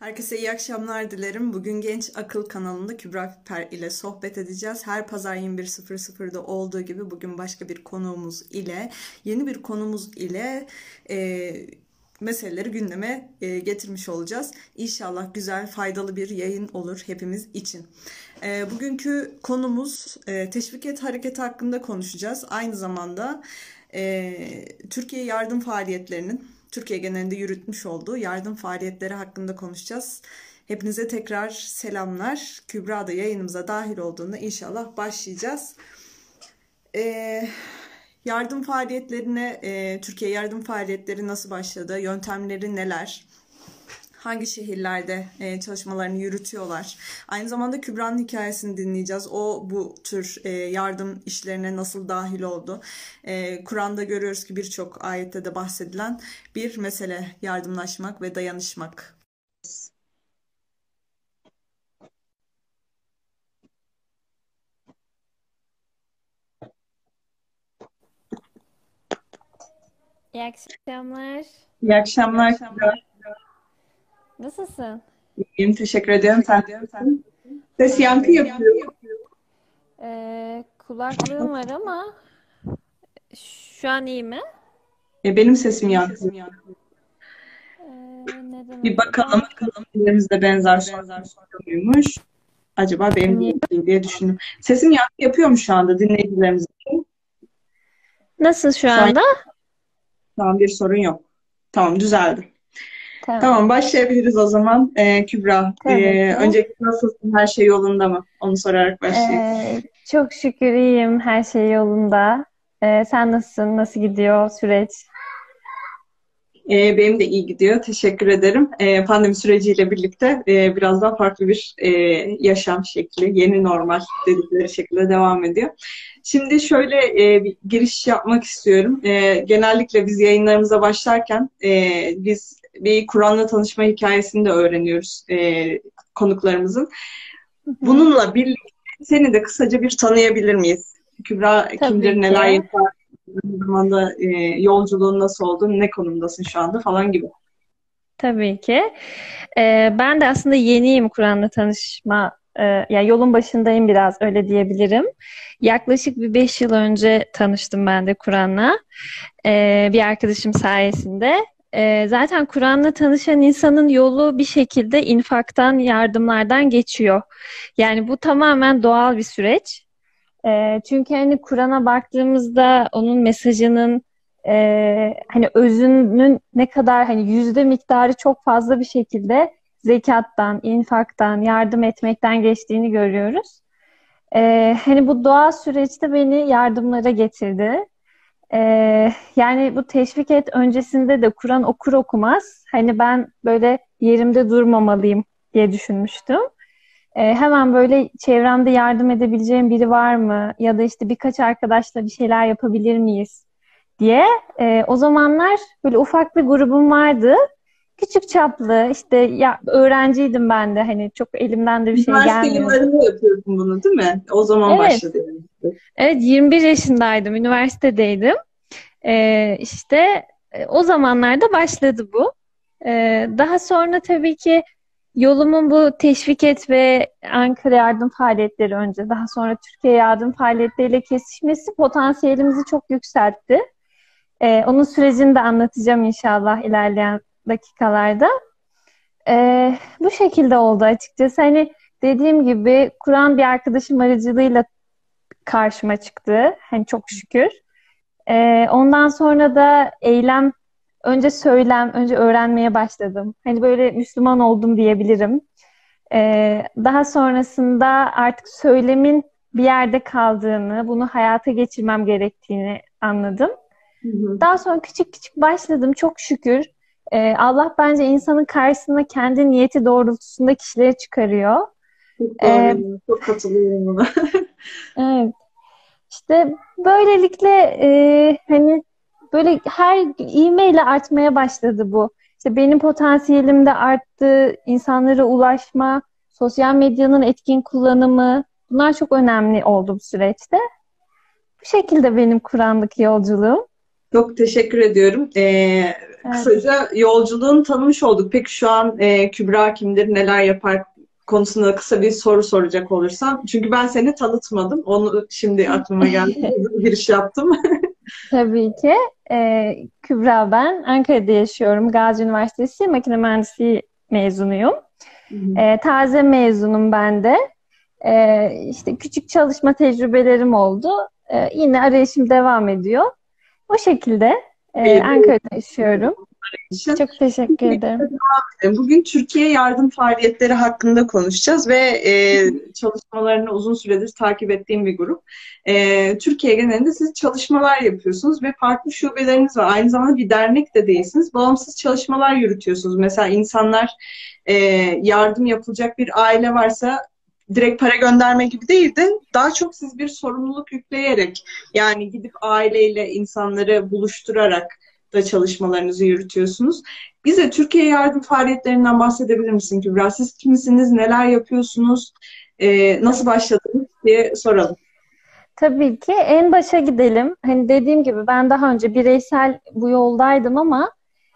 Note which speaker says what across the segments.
Speaker 1: Herkese iyi akşamlar dilerim. Bugün Genç Akıl kanalında Kübra Per ile sohbet edeceğiz. Her pazar 21.00'da olduğu gibi bugün başka bir konuğumuz ile, yeni bir konumuz ile meseleleri gündeme getirmiş olacağız. İnşallah güzel, faydalı bir yayın olur hepimiz için. Bugünkü konumuz teşvik et hareketi hakkında konuşacağız. Aynı zamanda Türkiye yardım faaliyetlerinin Türkiye genelinde yürütmüş olduğu yardım faaliyetleri hakkında konuşacağız. Hepinize tekrar selamlar. Kübra da yayınımıza dahil olduğunda inşallah başlayacağız. Yardım faaliyetlerine, Türkiye yardım faaliyetleri nasıl başladı? Yöntemleri neler? Hangi şehirlerde çalışmalarını yürütüyorlar? Aynı zamanda Kübra'nın hikayesini dinleyeceğiz. O bu tür yardım işlerine nasıl dahil oldu? Kur'an'da görüyoruz ki birçok ayette de bahsedilen bir mesele yardımlaşmak ve dayanışmak.
Speaker 2: İyi akşamlar.
Speaker 1: İyi akşamlar Kübra.
Speaker 2: Nasılsın?
Speaker 1: İyiyim, teşekkür ediyorum. Sen? Ses yankı yapıyor.
Speaker 2: Kulaklığım var ama şu an iyi mi?
Speaker 1: Benim sesim yankı.
Speaker 2: Neden
Speaker 1: Bir bakalım,
Speaker 2: acaba?
Speaker 1: dilimizde benzer sorunluymuş. Acaba benim değil diye düşündüm. Sesim yankı yapıyor mu şu anda dinleyicilerimiz için?
Speaker 2: Nasıl şu
Speaker 1: Şu an
Speaker 2: anda?
Speaker 1: bir sorun yok. Tamam, düzeldi.
Speaker 2: Tamam.
Speaker 1: Tamam, başlayabiliriz o zaman. Kübra,
Speaker 2: Tabii ki.
Speaker 1: öncelikle nasılsın? Her şey yolunda mı? Onu sorarak başlayayım.
Speaker 2: Çok şükür iyiyim. Her şey yolunda. Sen nasılsın? Nasıl gidiyor süreç?
Speaker 1: Benim de iyi gidiyor. Teşekkür ederim. Pandemi süreciyle birlikte biraz daha farklı bir yaşam şekli, yeni normal dedikleri şekilde devam ediyor. Şimdi şöyle bir giriş yapmak istiyorum. Genellikle biz yayınlarımıza başlarken biz bir Kur'an'la tanışma hikayesini de öğreniyoruz konuklarımızın. Bununla birlikte seni de kısaca bir tanıyabilir miyiz? Kübra kimdir,
Speaker 2: Tabii
Speaker 1: neler
Speaker 2: ki.
Speaker 1: yapar? Aynı zamanda yolculuğun nasıl oldu, ne konumdasın şu anda falan gibi.
Speaker 2: Tabii ki. Ben de aslında yeniyim Kur'an'la tanışma. Yani yolun başındayım biraz öyle diyebilirim. Yaklaşık bir 5 yıl önce tanıştım ben de Kur'an'la. Bir arkadaşım sayesinde. Zaten Kur'an'la tanışan insanın yolu bir şekilde infaktan, yardımlardan geçiyor. Yani bu tamamen doğal bir süreç. Çünkü hani Kur'an'a baktığımızda onun mesajının hani özünün ne kadar hani yüzde miktarı çok fazla bir şekilde zekattan, infaktan, yardım etmekten geçtiğini görüyoruz. Hani bu doğal süreçte beni yardımlara getirdi. Yani bu teşvik et öncesinde de Kur'an okur okumaz hani ben böyle yerimde durmamalıyım diye düşünmüştüm. Hemen böyle çevremde yardım edebileceğim biri var mı? Ya da işte birkaç arkadaşla bir şeyler yapabilir miyiz diye. O zamanlar böyle ufak bir grubum vardı. Küçük çaplı işte ya öğrenciydim ben de hani çok elimden de bir şey
Speaker 1: Üniversite
Speaker 2: gelmiyordu.
Speaker 1: yıllarında yapıyordun bunu, değil mi? O zaman
Speaker 2: Evet,
Speaker 1: başladı yani.
Speaker 2: evet 21 yaşındaydım, üniversitedeydim. İşte o zamanlarda başladı bu. Daha sonra tabii ki yolumun bu teşvik et ve Ankara yardım faaliyetleri önce, daha sonra Türkiye yardım faaliyetleriyle kesişmesi potansiyelimizi çok yükseltti. Onun sürecini de anlatacağım inşallah ilerleyen dakikalarda. Bu şekilde oldu açıkçası. Hani dediğim gibi Kur'an bir arkadaşım aracılığıyla karşıma çıktı. Hani çok şükür. Ondan sonra da eylem, önce söylem, önce öğrenmeye başladım. Hani böyle Müslüman oldum diyebilirim. Daha sonrasında artık söylemin bir yerde kaldığını, bunu hayata geçirmem gerektiğini anladım.
Speaker 1: Hı hı.
Speaker 2: Daha sonra küçük küçük başladım çok şükür. Allah bence insanın karşısına kendi niyeti doğrultusunda kişileri çıkarıyor.
Speaker 1: Çok
Speaker 2: Ee,
Speaker 1: doğru. Çok katılıyorum buna.
Speaker 2: evet. İşte böylelikle hani böyle her ivmeyle artmaya başladı bu. İşte benim potansiyelim de arttı, insanlara ulaşma, sosyal medyanın etkin kullanımı, bunlar çok önemli oldu bu süreçte. Bu şekilde benim Kur'an'daki yolculuğum.
Speaker 1: Çok teşekkür ediyorum.
Speaker 2: Evet.
Speaker 1: Kısaca yolculuğunu tanımış olduk. Peki şu an Kübra kimdir, neler yapar konusunda kısa bir soru soracak olursam. Çünkü ben seni tanıtmadım. Onu şimdi aklıma geldi. Hızlı bir giriş yaptım.
Speaker 2: Tabii ki. Kübra ben. Ankara'da yaşıyorum. Gazi Üniversitesi Makine Mühendisliği mezunuyum.
Speaker 1: Hı hı.
Speaker 2: Taze mezunum ben de. İşte küçük çalışma tecrübelerim oldu. Yine arayışım devam ediyor. O şekilde
Speaker 1: Hayırlı
Speaker 2: Ankara'da yaşıyorum.
Speaker 1: olsun.
Speaker 2: Çok teşekkür ederim.
Speaker 1: Bugün Türkiye yardım faaliyetleri hakkında konuşacağız ve çalışmalarını uzun süredir takip ettiğim bir grup. Türkiye genelinde siz çalışmalar yapıyorsunuz ve farklı şubeleriniz var. Aynı zamanda bir dernek de değilsiniz. Bağımsız çalışmalar yürütüyorsunuz. Mesela insanlar e, yardım yapılacak bir aile varsa direkt para gönderme gibi değil de daha çok siz bir sorumluluk yükleyerek yani gidip aileyle insanları buluşturarak da çalışmalarınızı yürütüyorsunuz. Bize Türkiye yardım faaliyetlerinden bahsedebilir misin Kübra? Siz kimsiniz, neler yapıyorsunuz, nasıl başladınız diye soralım.
Speaker 2: Tabii ki en başa gidelim. Hani dediğim gibi ben daha önce bireysel bu yoldaydım ama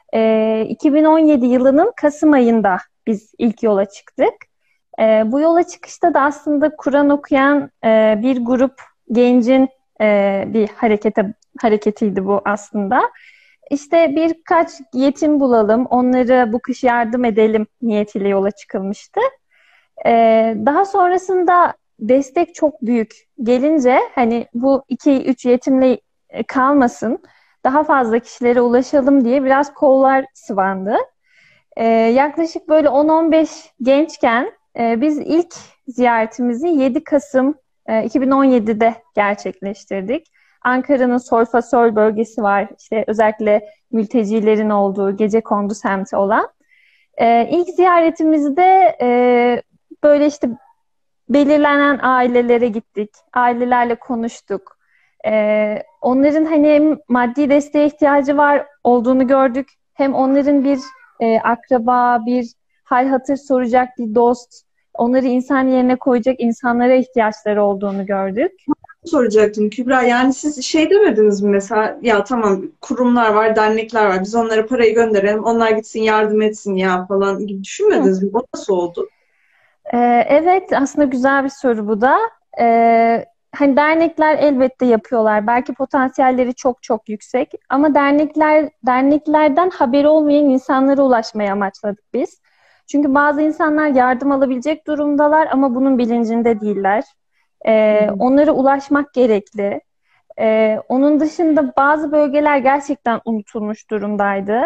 Speaker 2: 2017 yılının Kasım ayında biz ilk yola çıktık. Bu yola çıkışta da aslında Kur'an okuyan bir grup gencin bir hareketiydi bu aslında. İşte birkaç yetim bulalım, onlara bu kış yardım edelim niyetiyle yola çıkılmıştı. Daha sonrasında destek çok büyük gelince hani bu iki üç yetimle kalmasın, daha fazla kişilere ulaşalım diye biraz kollar sıvandı. Yaklaşık böyle 10-15 gençken biz ilk ziyaretimizi 7 Kasım 2017'de gerçekleştirdik. Ankara'nın Solfasol bölgesi var. İşte özellikle mültecilerin olduğu Gecekondu semti olan. İlk ziyaretimizde böyle işte belirlenen ailelere gittik. Ailelerle konuştuk. Onların hani hem maddi desteğe ihtiyacı var olduğunu gördük. Hem onların bir akraba, bir hal hatır soracak bir dost, onları insan yerine koyacak insanlara ihtiyaçları olduğunu gördük.
Speaker 1: Soracaktım Kübra. Yani siz şey demediniz mi mesela ya tamam kurumlar var, dernekler var. Biz onlara parayı gönderelim. Onlar gitsin yardım etsin ya falan gibi
Speaker 2: Hı.
Speaker 1: düşünmediniz mi? O nasıl oldu?
Speaker 2: Evet, aslında güzel bir soru bu da. Hani dernekler elbette yapıyorlar. Belki potansiyelleri çok çok yüksek. Ama derneklerden haberi olmayan insanlara ulaşmaya amaçladık biz. Çünkü bazı insanlar yardım alabilecek durumdalar ama bunun bilincinde değiller.
Speaker 1: Hı hı.
Speaker 2: Onlara ulaşmak gerekli. Onun dışında bazı bölgeler gerçekten unutulmuş durumdaydı.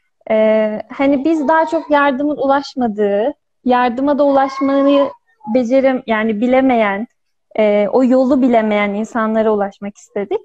Speaker 2: Hani biz daha çok yardımın ulaşmadığı, yardıma da ulaşmayı yani bilemeyen, o yolu bilemeyen insanlara ulaşmak istedik.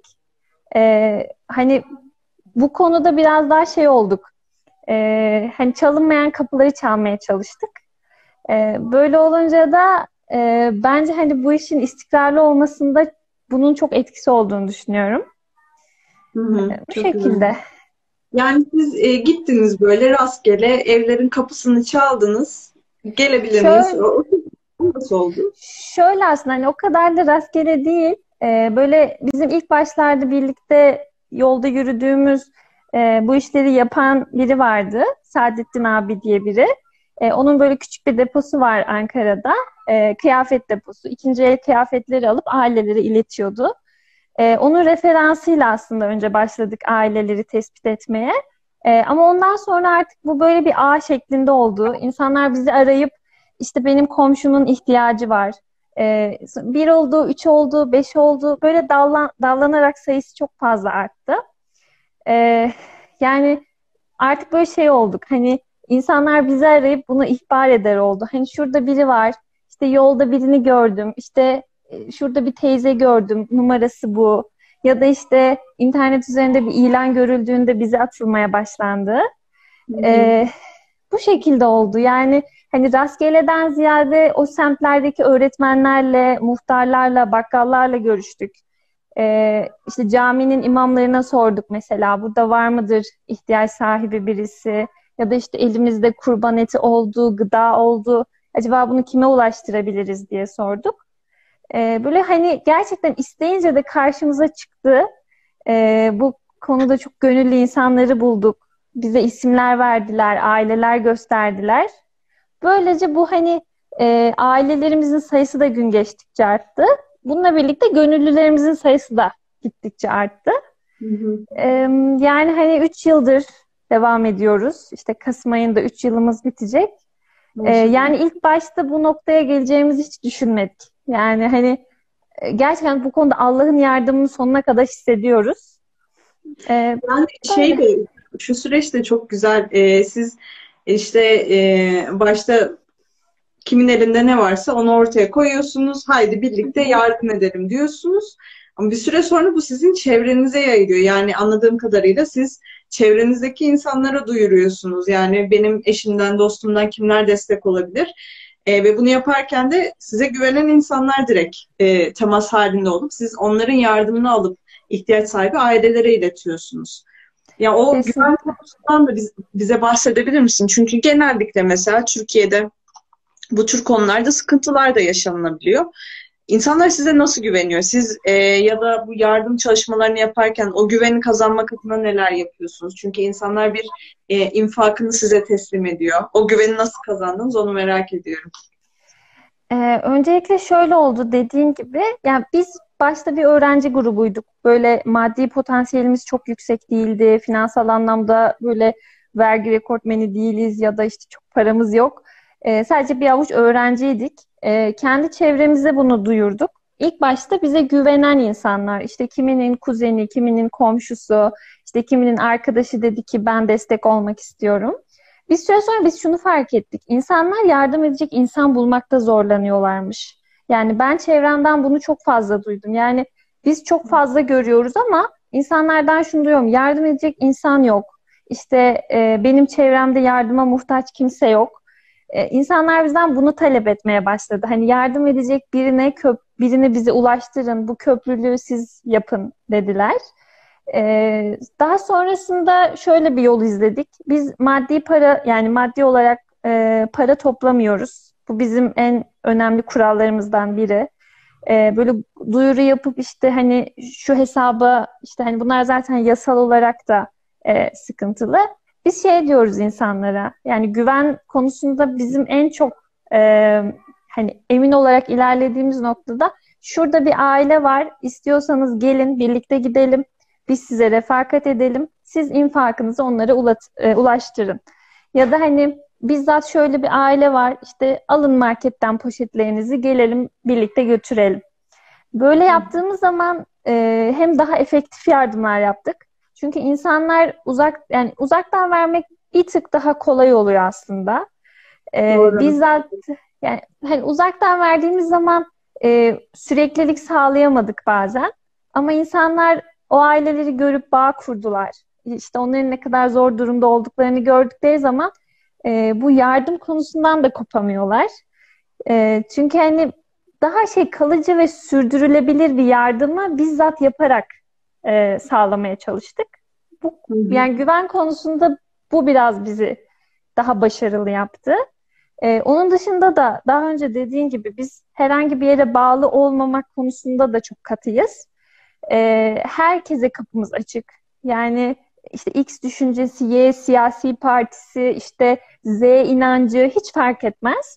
Speaker 2: Hani bu konuda biraz daha şey olduk. Hani çalınmayan kapıları çalmaya çalıştık. Böyle olunca da bence hani bu işin istikrarlı olmasında bunun çok etkisi olduğunu düşünüyorum.
Speaker 1: Hı hı.
Speaker 2: Bu
Speaker 1: Çok güzel.
Speaker 2: şekilde.
Speaker 1: Yani siz gittiniz böyle rastgele evlerin kapısını çaldınız. Gelebilir miyiz?
Speaker 2: Şöyle,
Speaker 1: O nasıl oldu?
Speaker 2: Şöyle aslında hani o kadar da rastgele değil. Böyle bizim ilk başlarda birlikte yolda yürüdüğümüz bu işleri yapan biri vardı. Saadettin abi diye biri. Onun böyle küçük bir deposu var Ankara'da. Kıyafet deposu. İkinci el kıyafetleri alıp ailelere iletiyordu. Onun referansıyla aslında önce başladık aileleri tespit etmeye. Ama ondan sonra artık bu böyle bir ağ şeklinde oldu. İnsanlar bizi arayıp işte benim komşumun ihtiyacı var. Bir oldu, üç oldu, beş oldu. Böyle dallanarak sayısı çok fazla arttı. Ee, Yani artık böyle şey olduk. Hani insanlar bizi arayıp bunu ihbar eder oldu. Hani şurada biri var. İşte yolda birini gördüm. İşte şurada bir teyze gördüm. Numarası bu. Ya da işte internet üzerinde bir ilan görüldüğünde bize atılmaya başlandı.
Speaker 1: Hı hı.
Speaker 2: Ee, Bu şekilde oldu. Yani hani rastgeleden ziyade o semtlerdeki öğretmenlerle, muhtarlarla, bakkallarla görüştük. İşte caminin imamlarına sorduk mesela. Burada var mıdır ihtiyaç sahibi birisi? Ya da işte elimizde kurban eti oldu, gıda oldu. Acaba bunu kime ulaştırabiliriz diye sorduk. Böyle hani gerçekten isteyince de karşımıza çıktı. Bu konuda çok gönüllü insanları bulduk. Bize isimler verdiler, aileler gösterdiler. Böylece bu hani ailelerimizin sayısı da gün geçtikçe arttı. Bununla birlikte gönüllülerimizin sayısı da gittikçe arttı.
Speaker 1: Hı hı.
Speaker 2: E, Yani hani 3 yıldır devam ediyoruz. İşte Kasım ayında 3 yılımız bitecek.
Speaker 1: Maşallah.
Speaker 2: Yani ilk başta bu noktaya geleceğimizi hiç düşünmedik. Yani hani gerçekten bu konuda Allah'ın yardımını sonuna kadar hissediyoruz.
Speaker 1: Yani şey
Speaker 2: Böyle.
Speaker 1: de şu süreç de çok güzel. Siz işte başta kimin elinde ne varsa onu ortaya koyuyorsunuz. Haydi birlikte yardım edelim diyorsunuz. Ama bir süre sonra bu sizin çevrenize yayılıyor. Yani anladığım kadarıyla siz çevrenizdeki insanlara duyuruyorsunuz. Yani benim eşimden, dostumdan kimler destek olabilir? Ve bunu yaparken de size güvenen insanlar direkt temas halinde olup siz onların yardımını alıp ihtiyaç sahibi ailelere iletiyorsunuz. Ya o güven
Speaker 2: Kesinlikle.
Speaker 1: konusundan da bize bahsedebilir misin? Çünkü genellikle mesela Türkiye'de bu tür konularda sıkıntılar da yaşanılabiliyor. İnsanlar size nasıl güveniyor? Siz ya da bu yardım çalışmalarını yaparken o güveni kazanmak adına neler yapıyorsunuz? Çünkü insanlar bir infakını size teslim ediyor. O güveni nasıl kazandınız onu merak ediyorum.
Speaker 2: Öncelikle şöyle oldu dediğin gibi. Yani biz başta bir öğrenci grubuyduk. Böyle maddi potansiyelimiz çok yüksek değildi. Finansal anlamda böyle vergi rekortmeni değiliz ya da işte çok paramız yok. Sadece bir avuç öğrenciydik. Kendi çevremize bunu duyurduk. İlk başta bize güvenen insanlar, işte kiminin kuzeni, kiminin komşusu, işte kiminin arkadaşı dedi ki ben destek olmak istiyorum. Bir süre sonra biz şunu fark ettik. İnsanlar yardım edecek insan bulmakta zorlanıyorlarmış. Yani ben çevremden bunu çok fazla duydum. Yani biz çok fazla görüyoruz ama insanlardan şunu duyuyorum. Yardım edecek insan yok. İşte benim çevremde yardıma muhtaç kimse yok. İnsanlar bizden bunu talep etmeye başladı. Hani yardım edecek birine bize ulaştırın, bu köprülüğü siz yapın dediler. Daha sonrasında şöyle bir yol izledik. Biz maddi para yani maddi olarak para toplamıyoruz. Bu bizim en önemli kurallarımızdan biri. Böyle duyuru yapıp işte hani şu hesaba işte hani bunlar zaten yasal olarak da sıkıntılı. Biz şey diyoruz insanlara yani güven konusunda bizim en çok e, hani emin olarak ilerlediğimiz noktada şurada bir aile var. İstiyorsanız gelin birlikte gidelim. Biz size refakat edelim. Siz infakınızı onlara ulaştırın. Ya da hani bizzat şöyle bir aile var. İşte alın marketten poşetlerinizi gelelim birlikte götürelim. Böyle yaptığımız zaman hem daha efektif yardımlar yaptık. Çünkü insanlar yani uzaktan vermek bir tık daha kolay oluyor aslında.
Speaker 1: Doğru.
Speaker 2: Bizzat yani hani uzaktan verdiğimiz zaman süreklilik sağlayamadık bazen. Ama insanlar o aileleri görüp bağ kurdular. İşte onların ne kadar zor durumda olduklarını gördükleri zaman bu yardım konusundan da kopamıyorlar. Çünkü hani daha kalıcı ve sürdürülebilir bir yardımı bizzat yaparak sağlamaya çalıştık. Bu
Speaker 1: Hı hı.
Speaker 2: yani güven konusunda bu biraz bizi daha başarılı yaptı. Onun dışında da daha önce dediğin gibi biz herhangi bir yere bağlı olmamak konusunda da çok katıyız. Herkese kapımız açık. Yani işte X düşüncesi, Y siyasi partisi, işte Z inancı hiç fark etmez.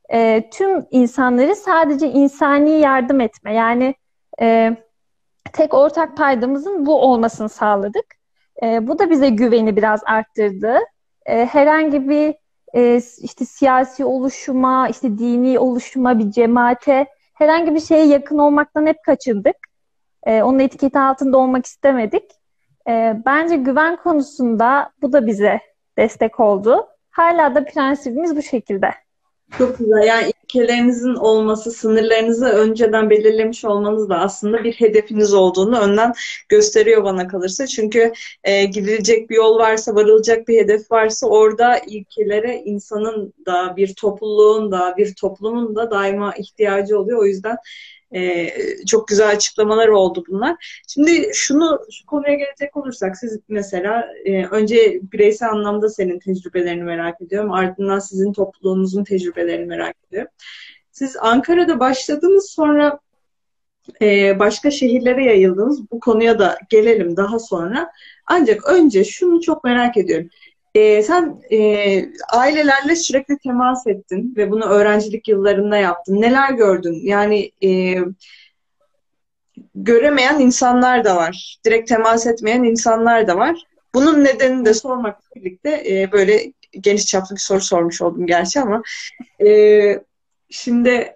Speaker 2: Tüm insanları sadece insani yardım etme. Yani e, tek ortak paydamızın bu olmasını sağladık. Bu da bize güveni biraz arttırdı. Herhangi bir işte siyasi oluşuma, işte dini oluşuma, bir cemaate herhangi bir şeye yakın olmaktan hep kaçındık. Onun etiketi altında olmak istemedik. Bence güven konusunda bu da bize destek oldu. Hala da prensibimiz bu şekilde.
Speaker 1: Çok güzel. Yani ilkelerinizin olması, sınırlarınızı önceden belirlemiş olmanız da aslında bir hedefiniz olduğunu önden gösteriyor bana kalırsa. Çünkü gidilecek bir yol varsa, varılacak bir hedef varsa orada ilkelere insanın da, bir topluluğun da, bir toplumun da daima ihtiyacı oluyor. O yüzden çok güzel açıklamalar oldu bunlar. Şimdi şu konuya gelecek olursak siz mesela önce bireysel anlamda senin tecrübelerini merak ediyorum. Ardından sizin topluluğunuzun tecrübelerini merak ediyorum. Siz Ankara'da başladınız sonra başka şehirlere yayıldınız. Bu konuya da gelelim daha sonra. Ancak önce şunu çok merak ediyorum. Sen ailelerle sürekli temas ettin ve bunu öğrencilik yıllarında yaptın. Neler gördün? Yani göremeyen insanlar da var. Direkt temas etmeyen insanlar da var. Bunun nedenini de sormakla birlikte böyle geniş çaplı bir soru sormuş oldum gerçi ama e, şimdi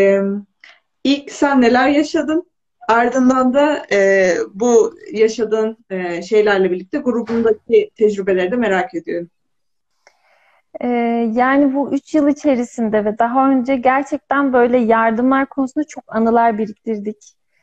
Speaker 1: ilk sen neler yaşadın? Ardından da bu yaşadığın şeylerle birlikte grubundaki tecrübeleri de merak ediyorum.
Speaker 2: Ee, Yani bu 3 yıl içerisinde ve daha önce gerçekten böyle yardımlar konusunda çok anılar biriktirdik.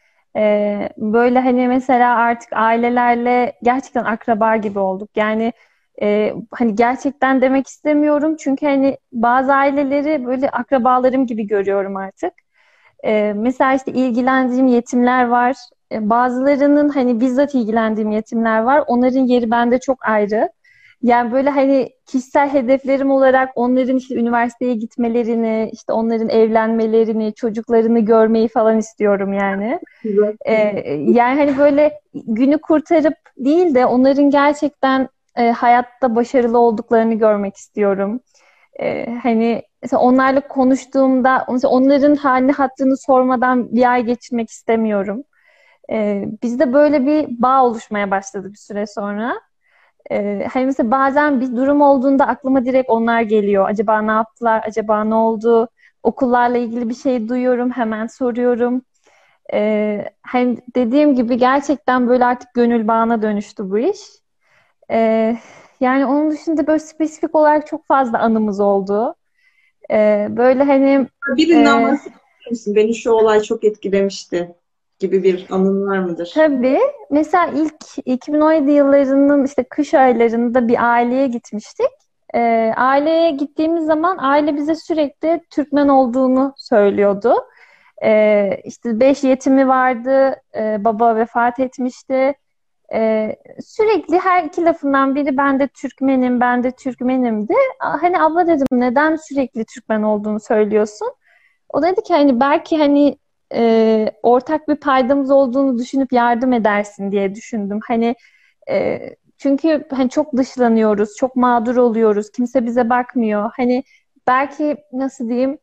Speaker 2: Böyle hani mesela artık ailelerle gerçekten akraba gibi olduk. Yani hani gerçekten demek istemiyorum çünkü hani bazı aileleri böyle akrabalarım gibi görüyorum artık. Mesela işte ilgilendiğim yetimler var. Bazılarının hani bizzat ilgilendiğim yetimler var. Onların yeri bende çok ayrı. Yani böyle hani kişisel hedeflerim olarak onların işte üniversiteye gitmelerini, işte onların evlenmelerini, çocuklarını görmeyi falan istiyorum yani.
Speaker 1: Güzel.
Speaker 2: Ee, Yani hani böyle günü kurtarıp değil de onların gerçekten hayatta başarılı olduklarını görmek istiyorum. Hani mesela onlarla konuştuğumda mesela onların halini hatırını sormadan bir ay geçirmek istemiyorum. Bizde böyle bir bağ oluşmaya başladı bir süre sonra. Hani mesela bazen bir durum olduğunda aklıma direkt onlar geliyor. Acaba ne yaptılar? Acaba ne oldu? Okullarla ilgili bir şey duyuyorum, hemen soruyorum. Hani dediğim gibi gerçekten böyle artık gönül bağına dönüştü bu iş. Ee, Yani onun dışında böyle spesifik olarak çok fazla anımız oldu. Böyle hani
Speaker 1: Birinden
Speaker 2: e,
Speaker 1: bahsedebilir misin? Beni şu olay çok etkilemişti gibi bir anın var mıdır?
Speaker 2: tabii mesela ilk 2017 yıllarının işte kış aylarında bir aileye gitmiştik. Aileye gittiğimiz zaman aile bize sürekli Türkmen olduğunu söylüyordu. İşte 5 yetimi vardı, baba vefat etmişti. Sürekli her iki lafından biri ben de Türkmenim, ben de Türkmenimdi. Hani abla dedim neden sürekli Türkmen olduğunu söylüyorsun? O dedi ki hani belki hani ortak bir paydamız olduğunu düşünüp yardım edersin diye düşündüm. Hani çünkü hani çok dışlanıyoruz, çok mağdur oluyoruz, kimse bize bakmıyor. Hani belki nasıl diyeyim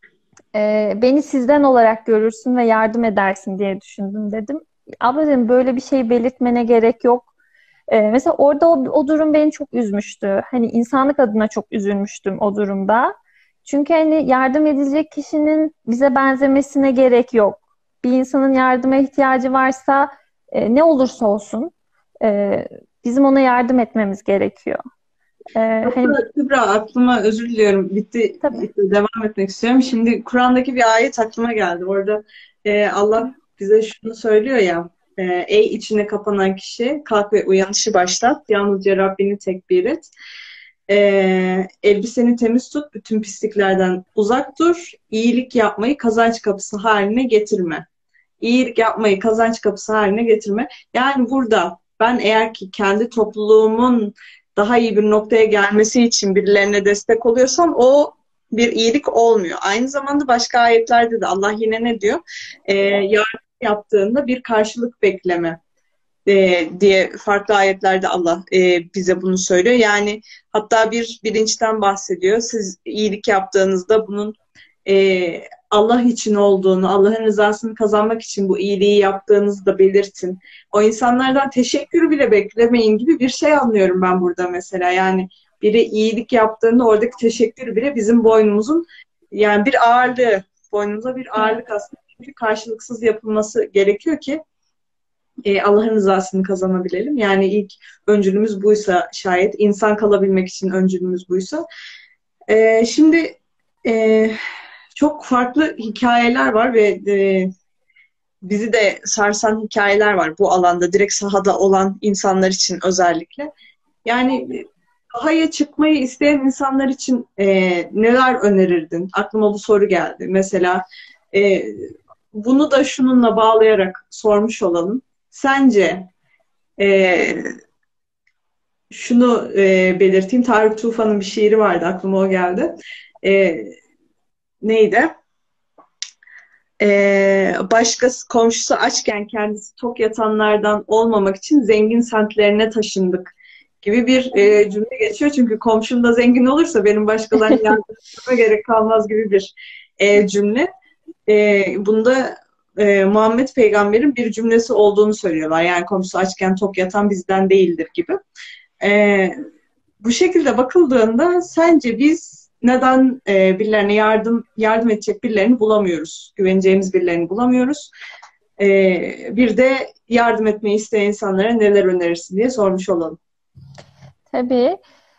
Speaker 2: beni sizden olarak görürsün ve yardım edersin diye düşündüm dedim. Abla dedim böyle bir şey belirtmene gerek yok. Mesela orada o durum beni çok üzmüştü. Hani insanlık adına çok üzülmüştüm o durumda. Çünkü hani yardım edilecek kişinin bize benzemesine gerek yok. Bir insanın yardıma ihtiyacı varsa ne olursa olsun e, bizim ona yardım etmemiz gerekiyor. Hani
Speaker 1: Hatta Kübra aklıma özür diliyorum. Bitti.
Speaker 2: tabii.
Speaker 1: Devam etmek istiyorum. Şimdi Kur'an'daki bir ayet aklıma geldi. Orada Allah bize şunu söylüyor ya. Ey içine kapanan kişi kalk ve uyanışı başlat. Yalnızca Rabbini tekbir et. Elbiseni temiz tut. Bütün pisliklerden uzak dur. İyilik yapmayı kazanç kapısı haline getirme. İyilik yapmayı kazanç kapısı haline getirme. Yani burada ben eğer ki kendi topluluğumun daha iyi bir noktaya gelmesi için birilerine destek oluyorsam o bir iyilik olmuyor. Aynı zamanda başka ayetlerde de Allah yine ne diyor? Yardım yaptığında bir karşılık bekleme diye farklı ayetlerde Allah bize bunu söylüyor. Yani hatta bir bilinçten bahsediyor. Siz iyilik yaptığınızda bunun Allah için olduğunu, Allah'ın rızasını kazanmak için bu iyiliği yaptığınızı da belirtin. O insanlardan teşekkür bile beklemeyin gibi bir şey anlıyorum ben burada mesela. Yani biri iyilik yaptığında oradaki teşekkür bile bizim boynumuzun yani bir ağırlığı, boynumuza bir ağırlık aslında. Çünkü karşılıksız yapılması gerekiyor ki Allah'ın rızasını kazanabilelim. Yani ilk öncülümüz buysa şayet, insan kalabilmek için öncülümüz buysa. Şimdi e, çok farklı hikayeler var ve bizi de sarsan hikayeler var bu alanda, direkt sahada olan insanlar için özellikle. Yani sahaya çıkmayı isteyen insanlar için neler önerirdin? Aklıma bu soru geldi. Mesela e, bunu da şununla bağlayarak sormuş olalım. Sence e, şunu belirteyim. Tarık Tufan'ın bir şiiri vardı. Aklıma o geldi. E, neydi? başkası komşusu açken kendisi tok yatanlardan olmamak için zengin semtlerine taşındık gibi bir cümle geçiyor. Çünkü komşum da zengin olursa benim başkalarına yardım etmeme gerek kalmaz gibi bir cümle. Bunda Muhammed Peygamber'in bir cümlesi olduğunu söylüyorlar. Yani komşusu açken tok yatan bizden değildir gibi. Bu şekilde bakıldığında sence biz neden birilerine yardım edecek birilerini bulamıyoruz? Güveneceğimiz birilerini bulamıyoruz. Bir de yardım etmeyi isteyen insanlara neler önerirsin diye sormuş olalım.
Speaker 2: Tabii.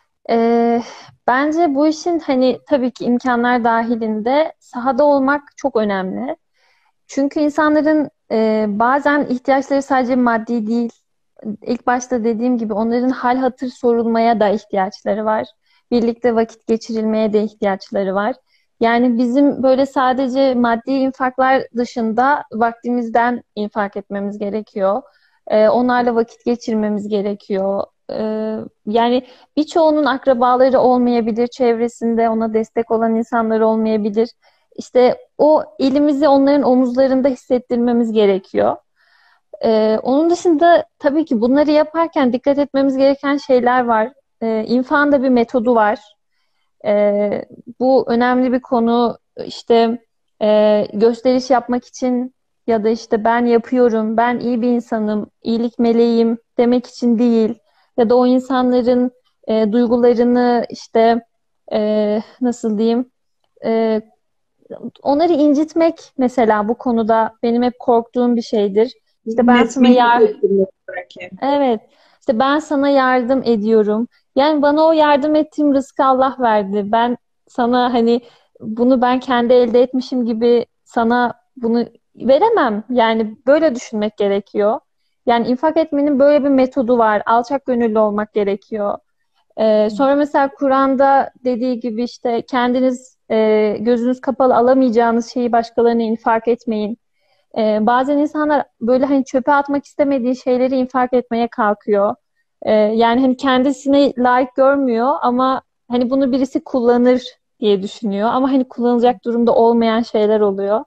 Speaker 2: Bence bu işin hani tabii ki imkanlar dahilinde sahada olmak çok önemli. Çünkü insanların bazen ihtiyaçları sadece maddi değil. İlk başta dediğim gibi onların hal hatır sorulmaya da ihtiyaçları var. Birlikte vakit geçirilmeye de ihtiyaçları var. Yani bizim böyle sadece maddi infaklar dışında vaktimizden infak etmemiz gerekiyor. Onlarla vakit geçirmemiz gerekiyor. Yani birçoğunun akrabaları olmayabilir, çevresinde ona destek olan insanlar olmayabilir. İşte o elimizi onların omuzlarında hissettirmemiz gerekiyor. Onun dışında tabii ki bunları yaparken dikkat etmemiz gereken şeyler var. İnfakın da bir metodu var. Ee, Bu önemli bir konu. İşte gösteriş yapmak için ya da işte ben yapıyorum, ben iyi bir insanım, iyilik meleğim demek için değil. Ya da o insanların duygularını işte nasıl diyeyim, e, onları incitmek mesela bu konuda benim hep korktuğum bir şeydir. İşte ben sana
Speaker 1: Netlik hissettirmek belki.
Speaker 2: evet, işte ben sana yardım ediyorum. Yani bana o yardım ettiğim rızkı Allah verdi. Ben sana hani bunu ben kendi elde etmişim gibi sana bunu veremem. Yani böyle düşünmek gerekiyor. Yani infak etmenin böyle bir metodu var. Alçak gönüllü olmak gerekiyor. Sonra mesela Kur'an'da dediği gibi işte kendiniz gözünüz kapalı alamayacağınız şeyi başkalarına infak etmeyin. Bazen insanlar böyle hani çöpe atmak istemediği şeyleri infak etmeye kalkıyor. Yani hani kendisine layık görmüyor ama hani bunu birisi kullanır diye düşünüyor. Ama hani kullanılacak durumda olmayan şeyler oluyor.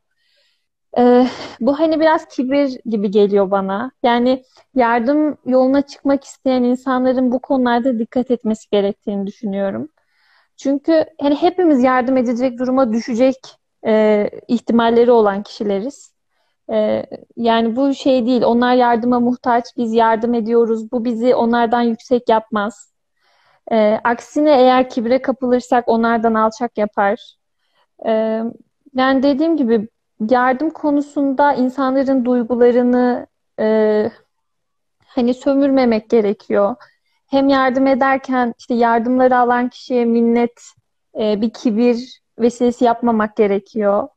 Speaker 2: Bu hani biraz kibir gibi geliyor bana. Yani yardım yoluna çıkmak isteyen insanların bu konularda dikkat etmesi gerektiğini düşünüyorum. Çünkü hani hepimiz yardım edecek duruma düşecek ihtimalleri olan kişileriz. Yani bu şey değil. Onlar yardıma muhtaç, biz yardım ediyoruz. Bu bizi onlardan yüksek yapmaz. Aksine eğer kibre kapılırsak onlardan alçak yapar. Ee, Yani dediğim gibi yardım konusunda insanların duygularını hani sömürmemek gerekiyor. Hem yardım ederken işte yardımları alan kişiye minnet, bir kibir vesilesi yapmamak gerekiyor.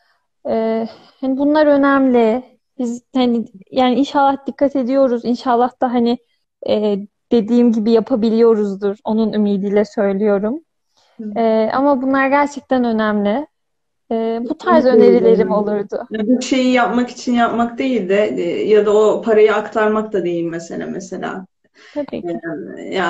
Speaker 2: Hani bunlar önemli. Biz hani yani inşallah dikkat ediyoruz. İnşallah da hani e, dediğim gibi yapabiliyoruzdur. Onun ümidiyle söylüyorum. Ama bunlar gerçekten önemli. Bu tarz
Speaker 1: Kesinlikle öyle.
Speaker 2: önerilerim olurdu.
Speaker 1: Bu şeyi yapmak için yapmak değil de ya da o parayı aktarmak da değil mesela.
Speaker 2: Tabii ki.
Speaker 1: Yani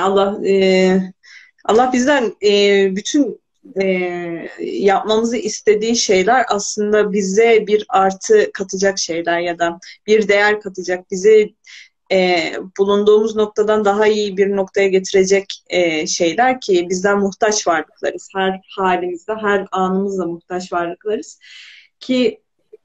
Speaker 1: Allah bizden bütün yapmamızı istediği şeyler aslında bize bir artı katacak şeyler ya da bir değer katacak, bizi bulunduğumuz noktadan daha iyi bir noktaya getirecek şeyler ki bizden muhtaç varlıklarız. Her halimizde, her anımızda muhtaç varlıklarız. Ki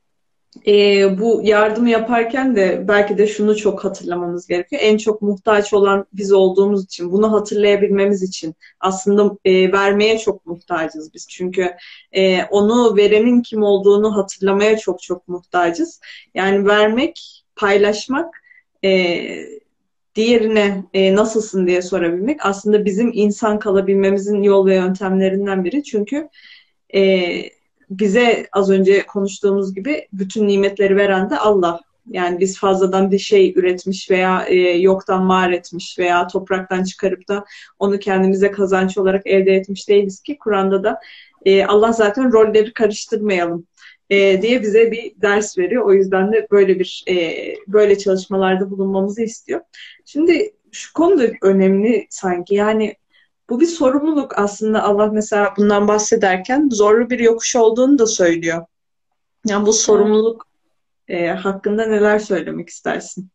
Speaker 1: bu yardımı yaparken de belki de şunu çok hatırlamamız gerekiyor. En çok muhtaç olan biz olduğumuz için, bunu hatırlayabilmemiz için aslında vermeye çok muhtacız biz. Çünkü onu verenin kim olduğunu hatırlamaya çok çok muhtacız. Yani vermek, paylaşmak, e, diğerine nasılsın diye sorabilmek aslında bizim insan kalabilmemizin yol ve yöntemlerinden biri. Çünkü e, bize az önce konuştuğumuz gibi bütün nimetleri veren de Allah. Yani biz fazladan bir şey üretmiş veya yoktan var etmiş veya topraktan çıkarıp da onu kendimize kazanç olarak elde etmiş değiliz ki Kur'an'da da Allah zaten rolleri karıştırmayalım diye bize bir ders veriyor. O yüzden de böyle çalışmalarda bulunmamızı istiyor. Şimdi şu konu da önemli sanki. Yani bu bir sorumluluk aslında. Allah mesela bundan bahsederken zorlu bir yokuş olduğunu da söylüyor. Yani bu
Speaker 2: Evet.
Speaker 1: sorumluluk hakkında neler söylemek istersin?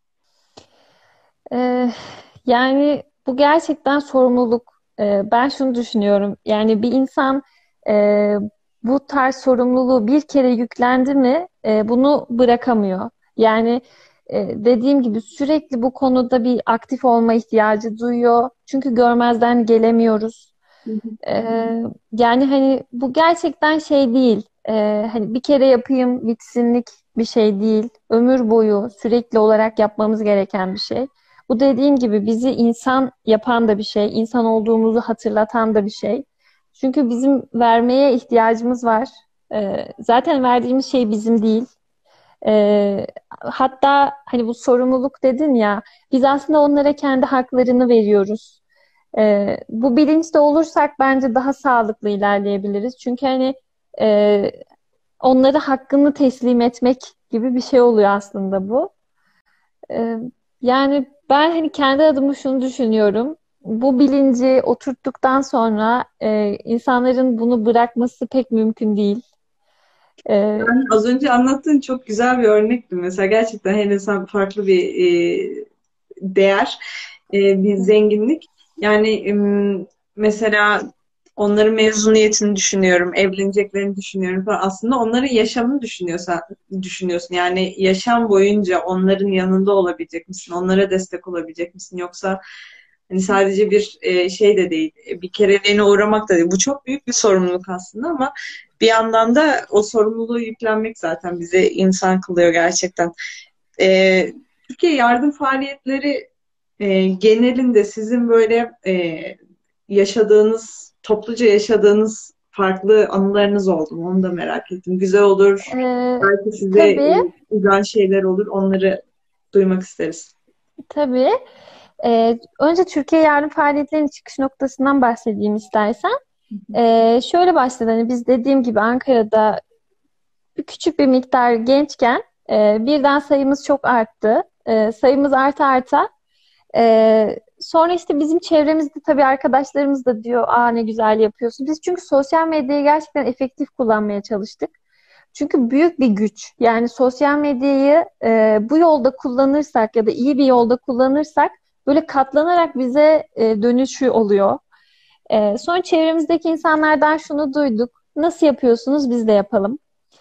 Speaker 2: Ee, Yani bu gerçekten sorumluluk. Ben şunu düşünüyorum. Yani bir insan e, bu tarz sorumluluğu bir kere yüklendi mi bunu bırakamıyor. Yani dediğim gibi sürekli bu konuda bir aktif olma ihtiyacı duyuyor. Çünkü görmezden gelemiyoruz.
Speaker 1: Hı hı.
Speaker 2: Yani hani bu gerçekten şey değil. Hani bir kere yapayım bitsinlik bir şey değil. Ömür boyu sürekli olarak yapmamız gereken bir şey. Bu dediğim gibi bizi insan yapan da bir şey, insan olduğumuzu hatırlatan da bir şey. Çünkü bizim vermeye ihtiyacımız var. Zaten verdiğimiz şey bizim değil. Hatta hani bu sorumluluk dedin ya, biz aslında onlara kendi haklarını veriyoruz. Bu bilinçte olursak bence daha sağlıklı ilerleyebiliriz. Çünkü hani e, onlara hakkını teslim etmek gibi bir şey oluyor aslında bu. Ee, Yani ben hani kendi adıma şunu düşünüyorum. Bu bilinci oturttuktan sonra insanların bunu bırakması pek mümkün değil. Ee,
Speaker 1: Az önce anlattığın çok güzel bir örnekti. Mesela gerçekten her insan farklı bir değer, bir zenginlik. Yani mesela onların mezuniyetini düşünüyorum, evleneceklerini düşünüyorum falan. Aslında onların yaşamını düşünüyorsun. Yani yaşam boyunca onların yanında olabilecek misin? Onlara destek olabilecek misin? Yoksa hani sadece bir şey de değil, bir kereliğine uğramak da değil. Bu çok büyük bir sorumluluk aslında ama bir yandan da o sorumluluğu yüklenmek zaten bizi insan kılıyor gerçekten. Türkiye yardım faaliyetleri genelinde sizin böyle topluca yaşadığınız farklı anılarınız oldu mu? Onu da merak ettim. Güzel olur,
Speaker 2: e,
Speaker 1: belki size
Speaker 2: tabii,
Speaker 1: üzen şeyler olur. Onları duymak isteriz.
Speaker 2: tabii. Önce Türkiye Yardım Faaliyetlerinin çıkış noktasından bahsedeyim istersen. Şöyle başladı. Hani biz dediğim gibi Ankara'da küçük bir miktar gençken birden sayımız çok arttı. Sayımız arta arta. Sonra işte bizim çevremizde tabii arkadaşlarımız da diyor, aa ne güzel yapıyorsun. Biz çünkü sosyal medyayı gerçekten efektif kullanmaya çalıştık. Çünkü büyük bir güç. Yani sosyal medyayı bu yolda kullanırsak ya da iyi bir yolda kullanırsak böyle katlanarak bize dönüşü oluyor. Sonra çevremizdeki insanlardan şunu duyduk. Nasıl yapıyorsunuz? Biz de yapalım.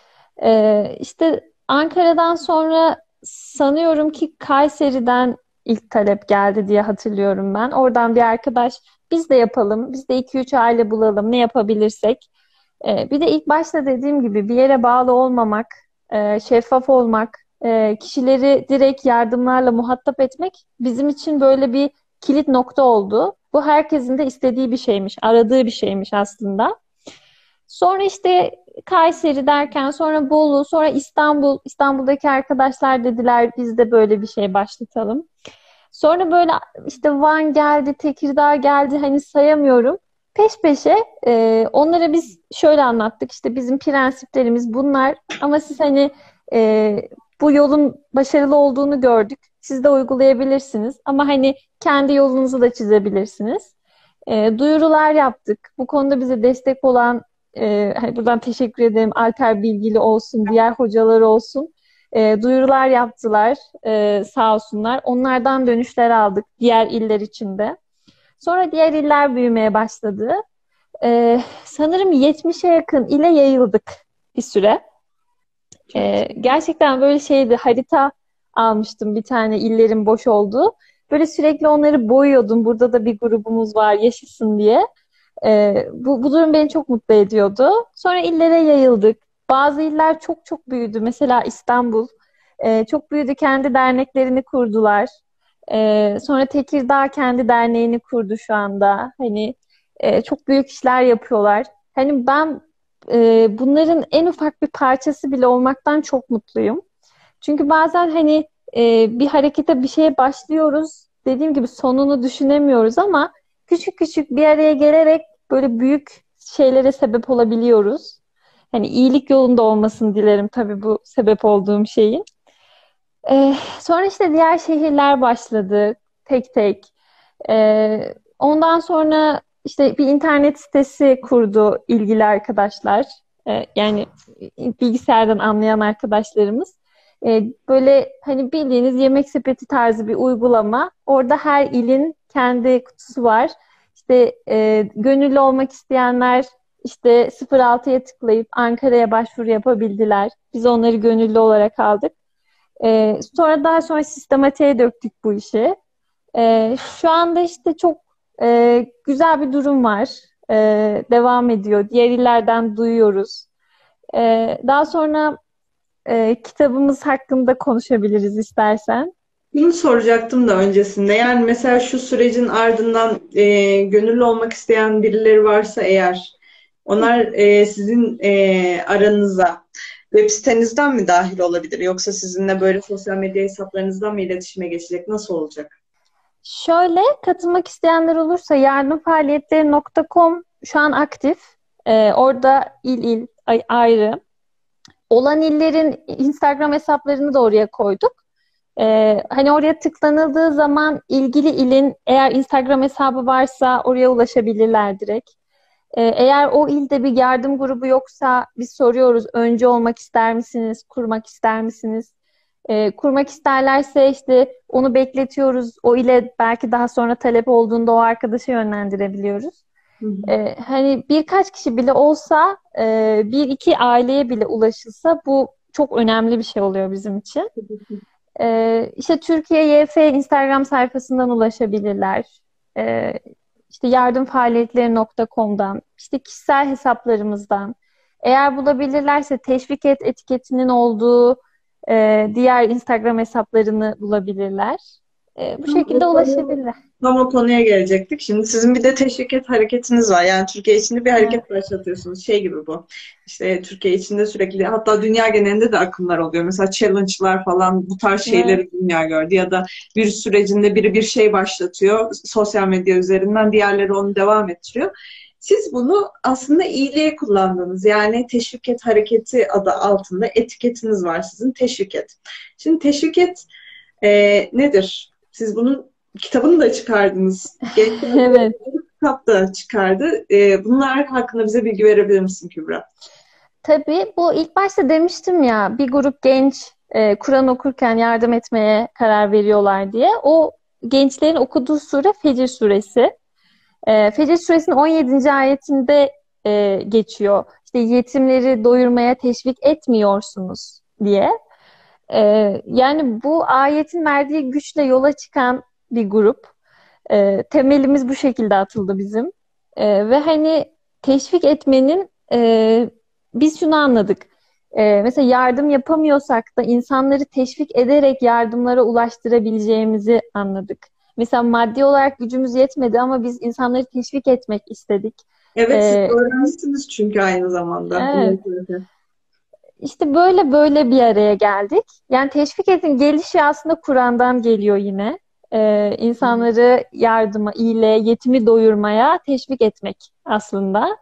Speaker 2: İşte Ankara'dan sonra sanıyorum ki Kayseri'den ilk talep geldi diye hatırlıyorum ben. Oradan bir arkadaş biz de yapalım, biz de iki üç aile bulalım, ne yapabilirsek. Bir de ilk başta dediğim gibi bir yere bağlı olmamak, şeffaf olmak, kişileri direkt yardımlarla muhatap etmek bizim için böyle bir kilit nokta oldu. Bu herkesin de istediği bir şeymiş, aradığı bir şeymiş aslında. Sonra işte Kayseri derken sonra Bolu, sonra İstanbul. İstanbul'daki arkadaşlar dediler biz de böyle bir şey başlatalım. Sonra böyle işte Van geldi, Tekirdağ geldi hani sayamıyorum. Peş peşe onlara biz şöyle anlattık işte bizim prensiplerimiz bunlar ama siz hani e, bu yolun başarılı olduğunu gördük. Siz de uygulayabilirsiniz ama hani kendi yolunuzu da çizebilirsiniz. Duyurular yaptık. Bu konuda bize destek olan hani buradan teşekkür ederim. Alper Bilgili olsun, diğer hocalar olsun. Duyurular yaptılar. Sağ olsunlar. Onlardan dönüşler aldık diğer iller içinde. Sonra diğer iller büyümeye başladı. Sanırım 70'e yakın ile yayıldık bir süre.
Speaker 1: Çok
Speaker 2: Gerçekten böyle şeydi, harita almıştım bir tane illerin boş olduğu. Böyle sürekli onları boyuyordum. Burada da bir grubumuz var, yaşasın diye. Bu durum beni çok mutlu ediyordu. Sonra illere yayıldık. Bazı iller çok çok büyüdü. Mesela İstanbul çok büyüdü. Kendi derneklerini kurdular. Sonra Tekirdağ kendi derneğini kurdu şu anda. Hani çok büyük işler yapıyorlar. Hani ben bunların en ufak bir parçası bile olmaktan çok mutluyum. Çünkü bazen hani bir harekete bir şeye başlıyoruz. Dediğim gibi sonunu düşünemiyoruz ama küçük küçük bir araya gelerek böyle büyük şeylere sebep olabiliyoruz. Hani iyilik yolunda olmasını dilerim tabii bu sebep olduğum şeyin. Sonra işte diğer şehirler başladı tek tek. Ondan sonra işte bir internet sitesi kurdu ilgili arkadaşlar. Yani bilgisayardan anlayan arkadaşlarımız. Böyle hani bildiğiniz Yemek Sepeti tarzı bir uygulama. Orada her ilin kendi kutusu var. İşte gönüllü olmak isteyenler işte 06'ya tıklayıp Ankara'ya başvuru yapabildiler. Biz onları gönüllü olarak aldık. Daha sonra sistematiğe döktük bu işi. Şu anda işte çok güzel bir durum var. Devam ediyor. Diğer illerden duyuyoruz. Daha sonra kitabımız hakkında konuşabiliriz istersen.
Speaker 1: Bunu soracaktım da öncesinde. Yani mesela şu sürecin ardından gönüllü olmak isteyen birileri varsa eğer onlar sizin aranıza web sitenizden mi dahil olabilir? Yoksa sizinle böyle sosyal medya hesaplarınızdan mı iletişime geçecek? Nasıl olacak?
Speaker 2: Şöyle katılmak isteyenler olursa yardımfaaliyetleri.com şu an aktif. Orada il il ayrı. Olan illerin Instagram hesaplarını da oraya koyduk. Hani oraya tıklanıldığı zaman ilgili ilin eğer Instagram hesabı varsa oraya ulaşabilirler direkt. Eğer o ilde bir yardım grubu yoksa biz soruyoruz. Öncü olmak ister misiniz? Kurmak ister misiniz? Kurmak isterlerse işte onu bekletiyoruz. O ile belki daha sonra talep olduğunda o arkadaşı yönlendirebiliyoruz.
Speaker 1: Hı hı.
Speaker 2: Hani birkaç kişi bile olsa bir iki aileye bile ulaşılsa bu çok önemli bir şey oluyor bizim için. İşte Türkiye YF Instagram sayfasından ulaşabilirler. Ee, işte yardımfaaliyetleri.com'dan, işte kişisel hesaplarımızdan. Eğer bulabilirlerse teşvik et etiketinin olduğu diğer Instagram hesaplarını bulabilirler. Bu
Speaker 1: Tam
Speaker 2: şekilde
Speaker 1: o konuya,
Speaker 2: ulaşabilirler.
Speaker 1: tam o konuya gelecektik. Şimdi sizin bir de teşvik et hareketiniz var. Yani Türkiye içinde bir
Speaker 2: Evet.
Speaker 1: hareket başlatıyorsunuz. Şey gibi bu. İşte Türkiye içinde sürekli hatta dünya genelinde de akımlar oluyor. Mesela challenge'lar falan bu tarz
Speaker 2: Evet.
Speaker 1: şeyleri dünya gördü. Ya da virüs sürecinde biri bir şey başlatıyor sosyal medya üzerinden diğerleri onu devam ettiriyor. Siz bunu aslında iyiliğe kullandınız. Yani teşvik et hareketi adı altında etiketiniz var sizin teşvik et. Şimdi teşvik et nedir? Siz bunun kitabını da çıkardınız. Gençler
Speaker 2: Evet.
Speaker 1: kitap da çıkardı. Bunlar hakkında bize bilgi verebilir misin Kübra?
Speaker 2: Tabii bu ilk başta demiştim ya bir grup genç Kur'an okurken yardım etmeye karar veriyorlar diye. O gençlerin okuduğu sure Fecir suresi. Fecir suresinin 17. ayetinde geçiyor. İşte yetimleri doyurmaya teşvik etmiyorsunuz diye. Yani bu ayetin verdiği güçle yola çıkan bir grup. Temelimiz bu şekilde atıldı bizim. Ve hani teşvik etmenin biz şunu anladık. Mesela yardım yapamıyorsak da insanları teşvik ederek yardımlara ulaştırabileceğimizi anladık. Mesela maddi olarak gücümüz yetmedi ama biz insanları teşvik etmek istedik.
Speaker 1: Evet, siz
Speaker 2: Ee,
Speaker 1: öğrencisiniz çünkü aynı zamanda.
Speaker 2: evet. İşte böyle böyle bir araya geldik. Yani teşvik edin gelişi aslında Kur'an'dan geliyor yine. İnsanları yardıma, iyiliğe, yetimi doyurmaya teşvik etmek aslında.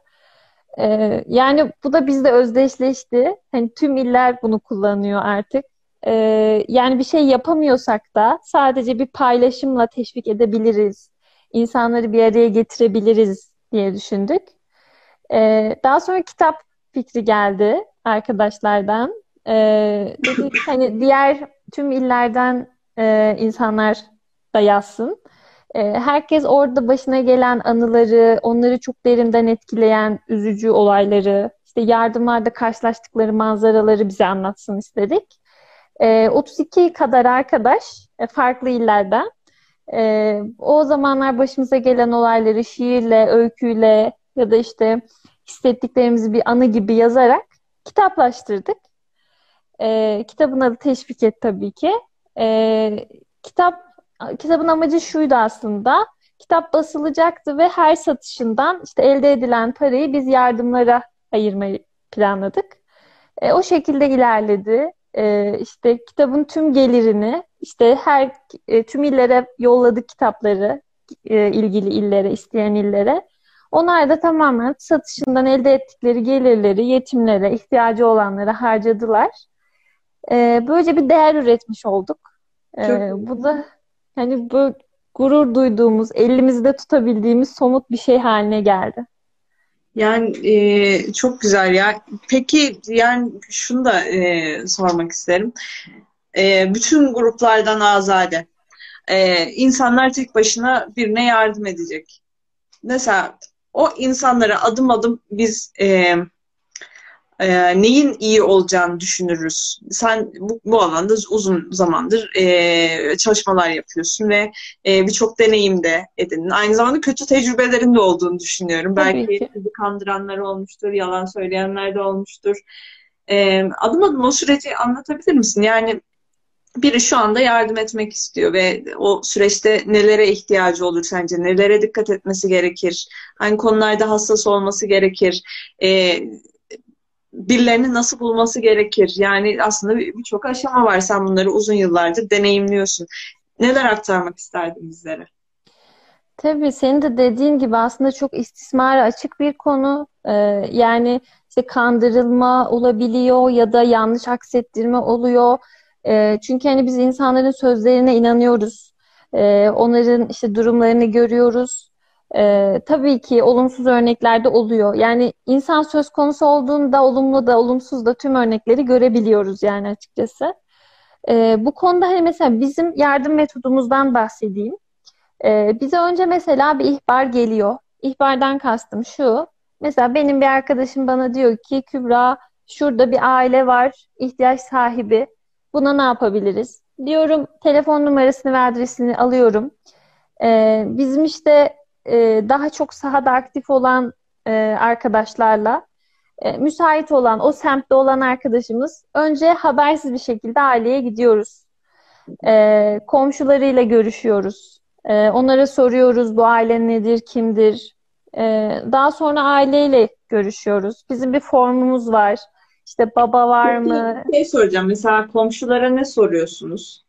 Speaker 2: Yani bu da bizde özdeşleşti. Hani tüm iller bunu kullanıyor artık. Yani bir şey yapamıyorsak da sadece bir paylaşımla teşvik edebiliriz. İnsanları bir araya getirebiliriz diye düşündük. Daha sonra kitap fikri geldi arkadaşlardan. Dedik hani diğer tüm illerden insanlar da yazsın. Herkes orada başına gelen anıları, onları çok derinden etkileyen üzücü olayları, işte yardımlarda karşılaştıkları manzaraları bize anlatsın istedik. 32 kadar arkadaş farklı illerden. O zamanlar başımıza gelen olayları şiirle, öyküyle ya da işte hissettiklerimizi bir anı gibi yazarak kitaplaştırdık. Kitabın adı Teşvik Et tabii ki. Ee, kitap Kitabın amacı şuydu aslında. Kitap basılacaktı ve her satışından işte elde edilen parayı biz yardımlara ayırmayı planladık. O şekilde ilerledi. İşte kitabın tüm gelirini işte tüm illere yolladık kitapları ilgili illere, isteyen illere. Onlar da tamamen satışından elde ettikleri gelirleri yetimlere, ihtiyacı olanlara harcadılar. Böylece bir değer üretmiş olduk.
Speaker 1: Çok
Speaker 2: Bu da hani bu gurur duyduğumuz, elimizde tutabildiğimiz somut bir şey haline geldi.
Speaker 1: Yani çok güzel ya. Peki yani şunu da sormak isterim. Bütün gruplardan azade. İnsanlar tek başına birine yardım edecek. Mesela o insanlara adım adım biz neyin iyi olacağını düşünürüz. Sen bu alanda uzun zamandır çalışmalar yapıyorsun ve birçok deneyim de edindin. Aynı zamanda kötü tecrübelerin de olduğunu düşünüyorum.
Speaker 2: Tabii
Speaker 1: Belki
Speaker 2: ki.
Speaker 1: sizi kandıranlar olmuştur, yalan söyleyenler de olmuştur. Adım adım o süreci anlatabilir misin? Yani biri şu anda yardım etmek istiyor ve o süreçte nelere ihtiyacı olur sence? Nelere dikkat etmesi gerekir? Hangi konularda hassas olması gerekir? E, Birilerini nasıl bulması gerekir? Yani aslında birçok aşama var. Sen bunları uzun yıllardır deneyimliyorsun. Neler aktarmak isterdin bizlere?
Speaker 2: Tabii senin de dediğin gibi aslında çok istismara açık bir konu. Yani işte kandırılma olabiliyor ya da yanlış aksettirme oluyor. Çünkü hani biz insanların sözlerine inanıyoruz. Onların işte durumlarını görüyoruz. Tabii ki olumsuz örnekler de oluyor. Yani insan söz konusu olduğunda olumlu da olumsuz da tüm örnekleri görebiliyoruz yani açıkçası. Bu konuda hani mesela bizim yardım metodumuzdan bahsedeyim. Bize önce mesela bir ihbar geliyor. İhbardan kastım şu. Mesela benim bir arkadaşım bana diyor ki Kübra şurada bir aile var, ihtiyaç sahibi. Buna ne yapabiliriz? Diyorum telefon numarasını ve adresini alıyorum. Bizim işte daha çok sahada aktif olan arkadaşlarla müsait olan, o semtte olan arkadaşımız önce habersiz bir şekilde aileye gidiyoruz. Komşularıyla görüşüyoruz. Onlara soruyoruz bu aile nedir, kimdir. Daha sonra aileyle görüşüyoruz. Bizim bir formumuz var. İşte baba var
Speaker 1: Peki
Speaker 2: mı?
Speaker 1: bir şey soracağım. Mesela komşulara ne soruyorsunuz?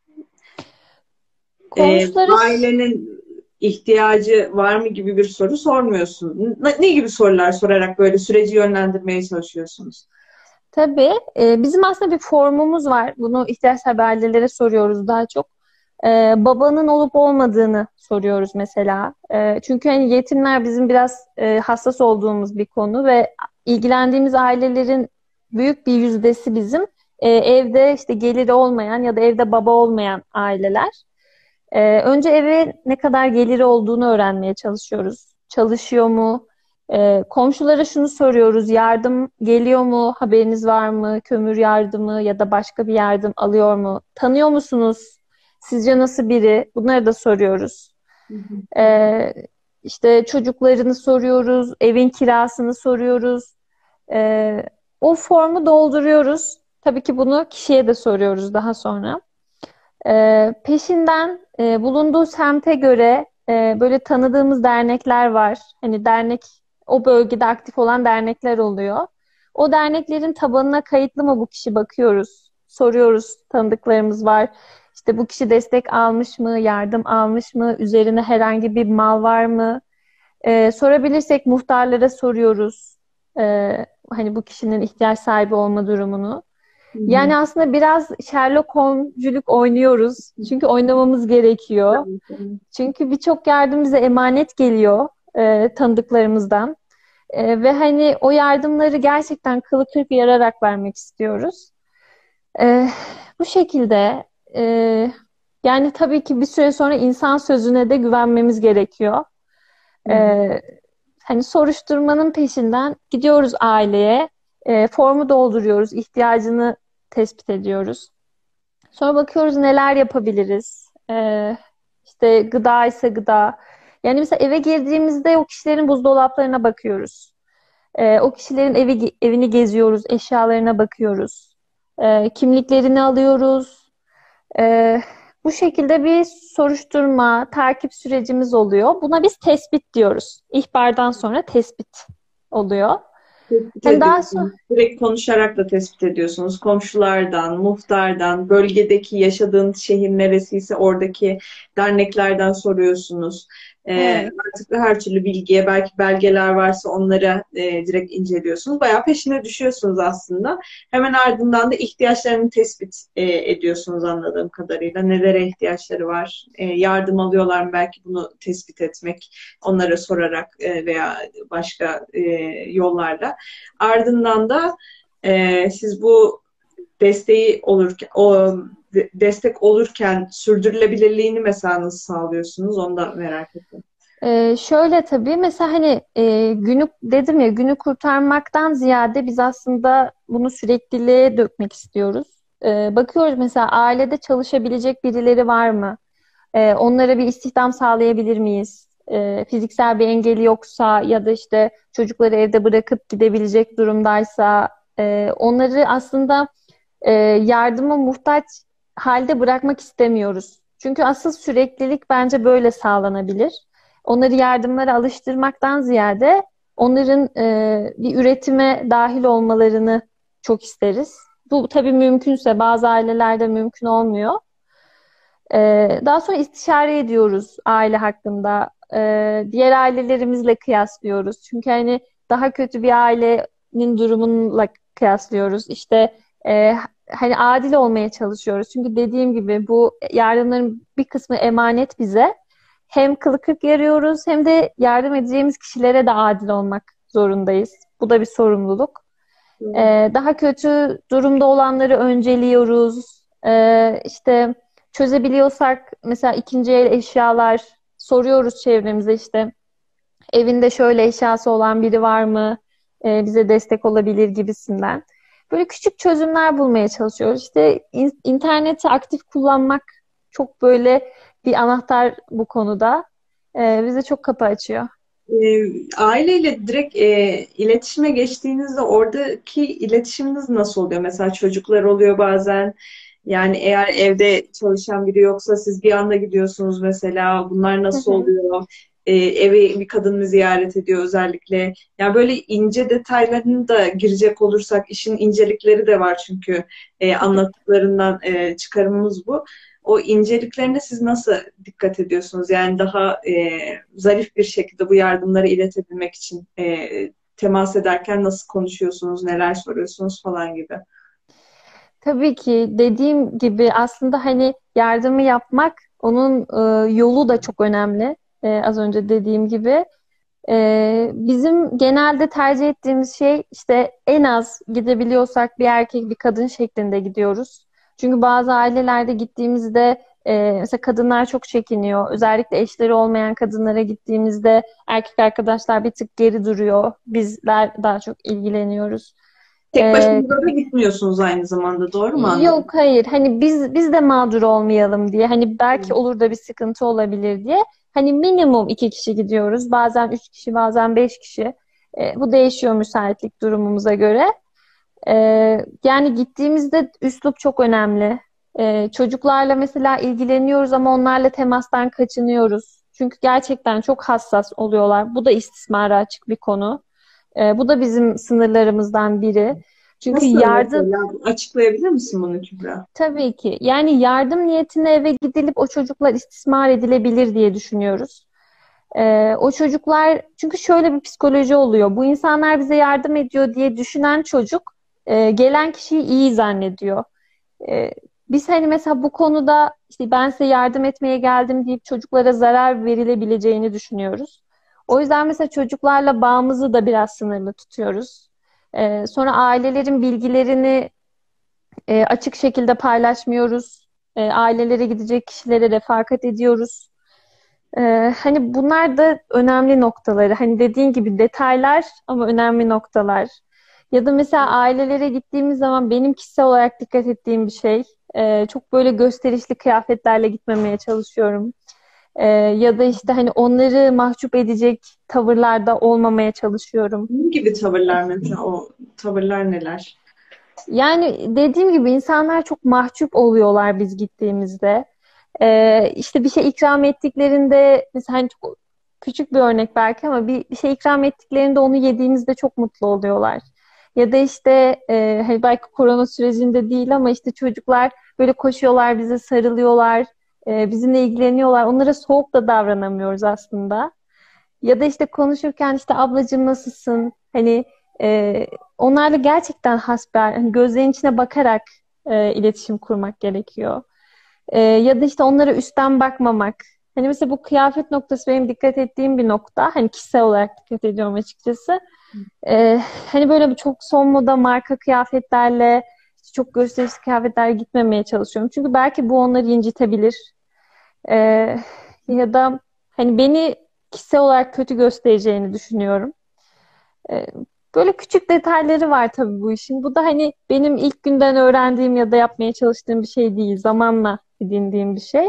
Speaker 2: Komşuları
Speaker 1: Ailenin ihtiyacı var mı gibi bir soru sormuyorsunuz. Ne gibi sorular sorarak böyle süreci yönlendirmeye çalışıyorsunuz?
Speaker 2: tabii bizim aslında bir formumuz var. Bunu ihtiyaç haberlilere soruyoruz daha çok. Babanın olup olmadığını soruyoruz mesela. Çünkü hani yetimler bizim biraz hassas olduğumuz bir konu ve ilgilendiğimiz ailelerin büyük bir yüzdesi bizim evde işte geliri olmayan ya da evde baba olmayan aileler. Önce eve ne kadar geliri olduğunu öğrenmeye çalışıyoruz. Çalışıyor mu? Komşulara şunu soruyoruz. Yardım geliyor mu? Haberiniz var mı? Kömür yardımı ya da başka bir yardım alıyor mu? Tanıyor musunuz? Sizce nasıl biri? Bunları da soruyoruz.
Speaker 1: Hı hı.
Speaker 2: Ee, işte çocuklarını soruyoruz. Evin kirasını soruyoruz. Ee, o formu dolduruyoruz. Tabii ki bunu kişiye de soruyoruz daha sonra. Peşinden bulunduğu semte göre böyle tanıdığımız dernekler var. Hani dernek o bölgede aktif olan dernekler oluyor. O derneklerin tabanına kayıtlı mı bu kişi bakıyoruz. Soruyoruz tanıdıklarımız var. İşte bu kişi destek almış mı, yardım almış mı, üzerine herhangi bir mal var mı? Sorabilirsek muhtarlara soruyoruz. Hani bu kişinin ihtiyaç sahibi olma durumunu.
Speaker 1: Hı hı.
Speaker 2: Yani aslında biraz Sherlock Holmes'culuk oynuyoruz. Çünkü oynamamız gerekiyor.
Speaker 1: Evet, evet.
Speaker 2: Çünkü birçok yardım bize emanet geliyor tanıdıklarımızdan. Ve hani o yardımları gerçekten kılı kırk yararak vermek istiyoruz. E, bu şekilde yani tabii ki bir süre sonra insan sözüne de güvenmemiz gerekiyor.
Speaker 1: Hı hı.
Speaker 2: E, hani soruşturmanın peşinden gidiyoruz aileye. Formu dolduruyoruz, ihtiyacını tespit ediyoruz. Sonra bakıyoruz neler yapabiliriz. İşte gıda ise gıda. Yani mesela eve girdiğimizde o kişilerin buzdolaplarına bakıyoruz. O kişilerin evini geziyoruz, eşyalarına bakıyoruz. Kimliklerini alıyoruz. Ee, bu şekilde bir soruşturma, takip sürecimiz oluyor. Buna biz tespit diyoruz. İhbardan sonra tespit oluyor.
Speaker 1: Tespit
Speaker 2: Hani daha sonra
Speaker 1: ediyorsunuz. Direkt konuşarak da tespit ediyorsunuz. Komşulardan, muhtardan, bölgedeki yaşadığınız şehir neresiyse oradaki derneklerden soruyorsunuz.
Speaker 2: Evet.
Speaker 3: Artık her türlü bilgiye, belki belgeler varsa onlara direkt inceliyorsunuz. Bayağı peşine düşüyorsunuz aslında. Hemen ardından da ihtiyaçlarını tespit ediyorsunuz anladığım kadarıyla. Nelere ihtiyaçları var? Yardım alıyorlar mı belki bunu tespit etmek, onlara sorarak veya başka yollarla. Ardından da siz bu desteği olurken, destek olurken sürdürülebilirliğini mesela nasıl sağlıyorsunuz? Onu da merak ettim.
Speaker 2: Şöyle tabii mesela hani günü dedim ya günü kurtarmaktan ziyade biz aslında bunu sürekliliğe dökmek istiyoruz. Bakıyoruz mesela ailede çalışabilecek birileri var mı? Onlara bir istihdam sağlayabilir miyiz? Fiziksel bir engeli yoksa ya da işte çocukları evde bırakıp gidebilecek durumdaysa onları aslında yardıma muhtaç halde bırakmak istemiyoruz. Çünkü asıl süreklilik bence böyle sağlanabilir. Onları yardımlara alıştırmaktan ziyade onların bir üretime dahil olmalarını çok isteriz. Bu tabii mümkünse bazı ailelerde mümkün olmuyor. Daha sonra istişare ediyoruz aile hakkında. Diğer ailelerimizle kıyaslıyoruz. Çünkü hani daha kötü bir ailenin durumunla kıyaslıyoruz. İşte hani adil olmaya çalışıyoruz. Çünkü dediğim gibi bu yardımların bir kısmı emanet bize. Hem kılı kırk yarıyoruz hem de yardım edeceğimiz kişilere de adil olmak zorundayız. Bu da bir sorumluluk. Daha kötü durumda olanları önceliyoruz. İşte çözebiliyorsak mesela ikinci el eşyalar soruyoruz çevremize işte evinde şöyle eşyası olan biri var mı? Bize destek olabilir gibisinden. Böyle küçük çözümler bulmaya çalışıyoruz. İşte interneti aktif kullanmak çok böyle bir anahtar bu konuda. Bize çok kapı açıyor.
Speaker 3: Aileyle direkt iletişime geçtiğinizde oradaki iletişiminiz nasıl oluyor? Mesela çocuklar oluyor bazen. Yani eğer evde çalışan biri yoksa siz bir anda gidiyorsunuz mesela. Bunlar
Speaker 2: Hı
Speaker 3: nasıl
Speaker 2: hı.
Speaker 3: oluyor? Evi bir kadın mı ziyaret ediyor özellikle? Yani böyle ince detaylarını da girecek olursak işin incelikleri de var çünkü anlattıklarından çıkarımımız bu. O inceliklerine siz nasıl dikkat ediyorsunuz? Yani daha zarif bir şekilde bu yardımları iletebilmek için temas ederken nasıl konuşuyorsunuz, neler soruyorsunuz falan gibi.
Speaker 2: Tabii ki dediğim gibi aslında hani yardımı yapmak onun yolu da çok önemli. Az önce dediğim gibi. Bizim genelde tercih ettiğimiz şey işte en az gidebiliyorsak bir erkek bir kadın şeklinde gidiyoruz. Çünkü bazı ailelerde gittiğimizde mesela kadınlar çok çekiniyor. Özellikle eşleri olmayan kadınlara gittiğimizde erkek arkadaşlar bir tık geri duruyor. Bizler daha çok ilgileniyoruz.
Speaker 3: Tek
Speaker 2: Ee,
Speaker 3: başınıza da gitmiyorsunuz aynı zamanda, doğru mu anladım?
Speaker 2: Yok hayır hani biz de mağdur olmayalım diye hani belki olur da bir sıkıntı olabilir diye hani minimum iki kişi gidiyoruz bazen üç kişi bazen beş kişi. Bu değişiyor müsaitlik durumumuza göre. E, Yani gittiğimizde üslup çok önemli. Çocuklarla mesela ilgileniyoruz ama onlarla temastan kaçınıyoruz çünkü gerçekten çok hassas oluyorlar, bu da istismara açık bir konu. Bu da bizim sınırlarımızdan biri. Çünkü
Speaker 3: Nasıl
Speaker 2: yardım.
Speaker 3: mesela? Açıklayabilir misin bunu Kübra?
Speaker 2: Tabii ki. Yani yardım niyetine eve gidilip o çocuklar istismar edilebilir diye düşünüyoruz. O çocuklar çünkü şöyle bir psikoloji oluyor. Bu insanlar bize yardım ediyor diye düşünen çocuk gelen kişiyi iyi zannediyor. Ee, Biz hani mesela bu konuda işte ben size yardım etmeye geldim deyip çocuklara zarar verilebileceğini düşünüyoruz. O yüzden mesela çocuklarla bağımızı da biraz sınırlı tutuyoruz. Sonra ailelerin bilgilerini açık şekilde paylaşmıyoruz. Ailelere gidecek kişilere refakat ediyoruz. Hani bunlar da önemli noktaları. Hani dediğin gibi detaylar ama önemli noktalar. Ya da mesela ailelere gittiğimiz zaman benim kişisel olarak dikkat ettiğim bir şey. Çok böyle gösterişli kıyafetlerle gitmemeye çalışıyorum. Ya da işte hani onları mahcup edecek tavırlarda olmamaya çalışıyorum.
Speaker 3: Ne gibi tavırlar mesela? O tavırlar neler?
Speaker 2: Yani dediğim gibi insanlar çok mahcup oluyorlar biz gittiğimizde. İşte bir şey ikram ettiklerinde mesela hani çok küçük bir örnek belki ama bir şey ikram ettiklerinde onu yediğimizde çok mutlu oluyorlar. Ya da işte hani belki korona sürecinde değil ama işte çocuklar böyle koşuyorlar bize sarılıyorlar. Bizimle ilgileniyorlar. Onlara soğuk da davranamıyoruz aslında. Ya da işte konuşurken işte ablacığım nasılsın? Hani onlarla gerçekten hasbihal, hani gözlerinin içine bakarak iletişim kurmak gerekiyor. Ya da işte onlara üstten bakmamak. Hani mesela bu kıyafet noktası benim dikkat ettiğim bir nokta. Hani kişisel olarak dikkat ediyorum açıkçası. Hani böyle çok son moda marka kıyafetlerle, çok gösterişli kıyafetlerle gitmemeye çalışıyorum. Çünkü belki bu onları incitebilir. Ee, Ya da hani beni kişisel olarak kötü göstereceğini düşünüyorum. Ee, Böyle küçük detayları var tabii bu işin. Bu da hani benim ilk günden öğrendiğim ya da yapmaya çalıştığım bir şey değil. Zamanla edindiğim bir şey.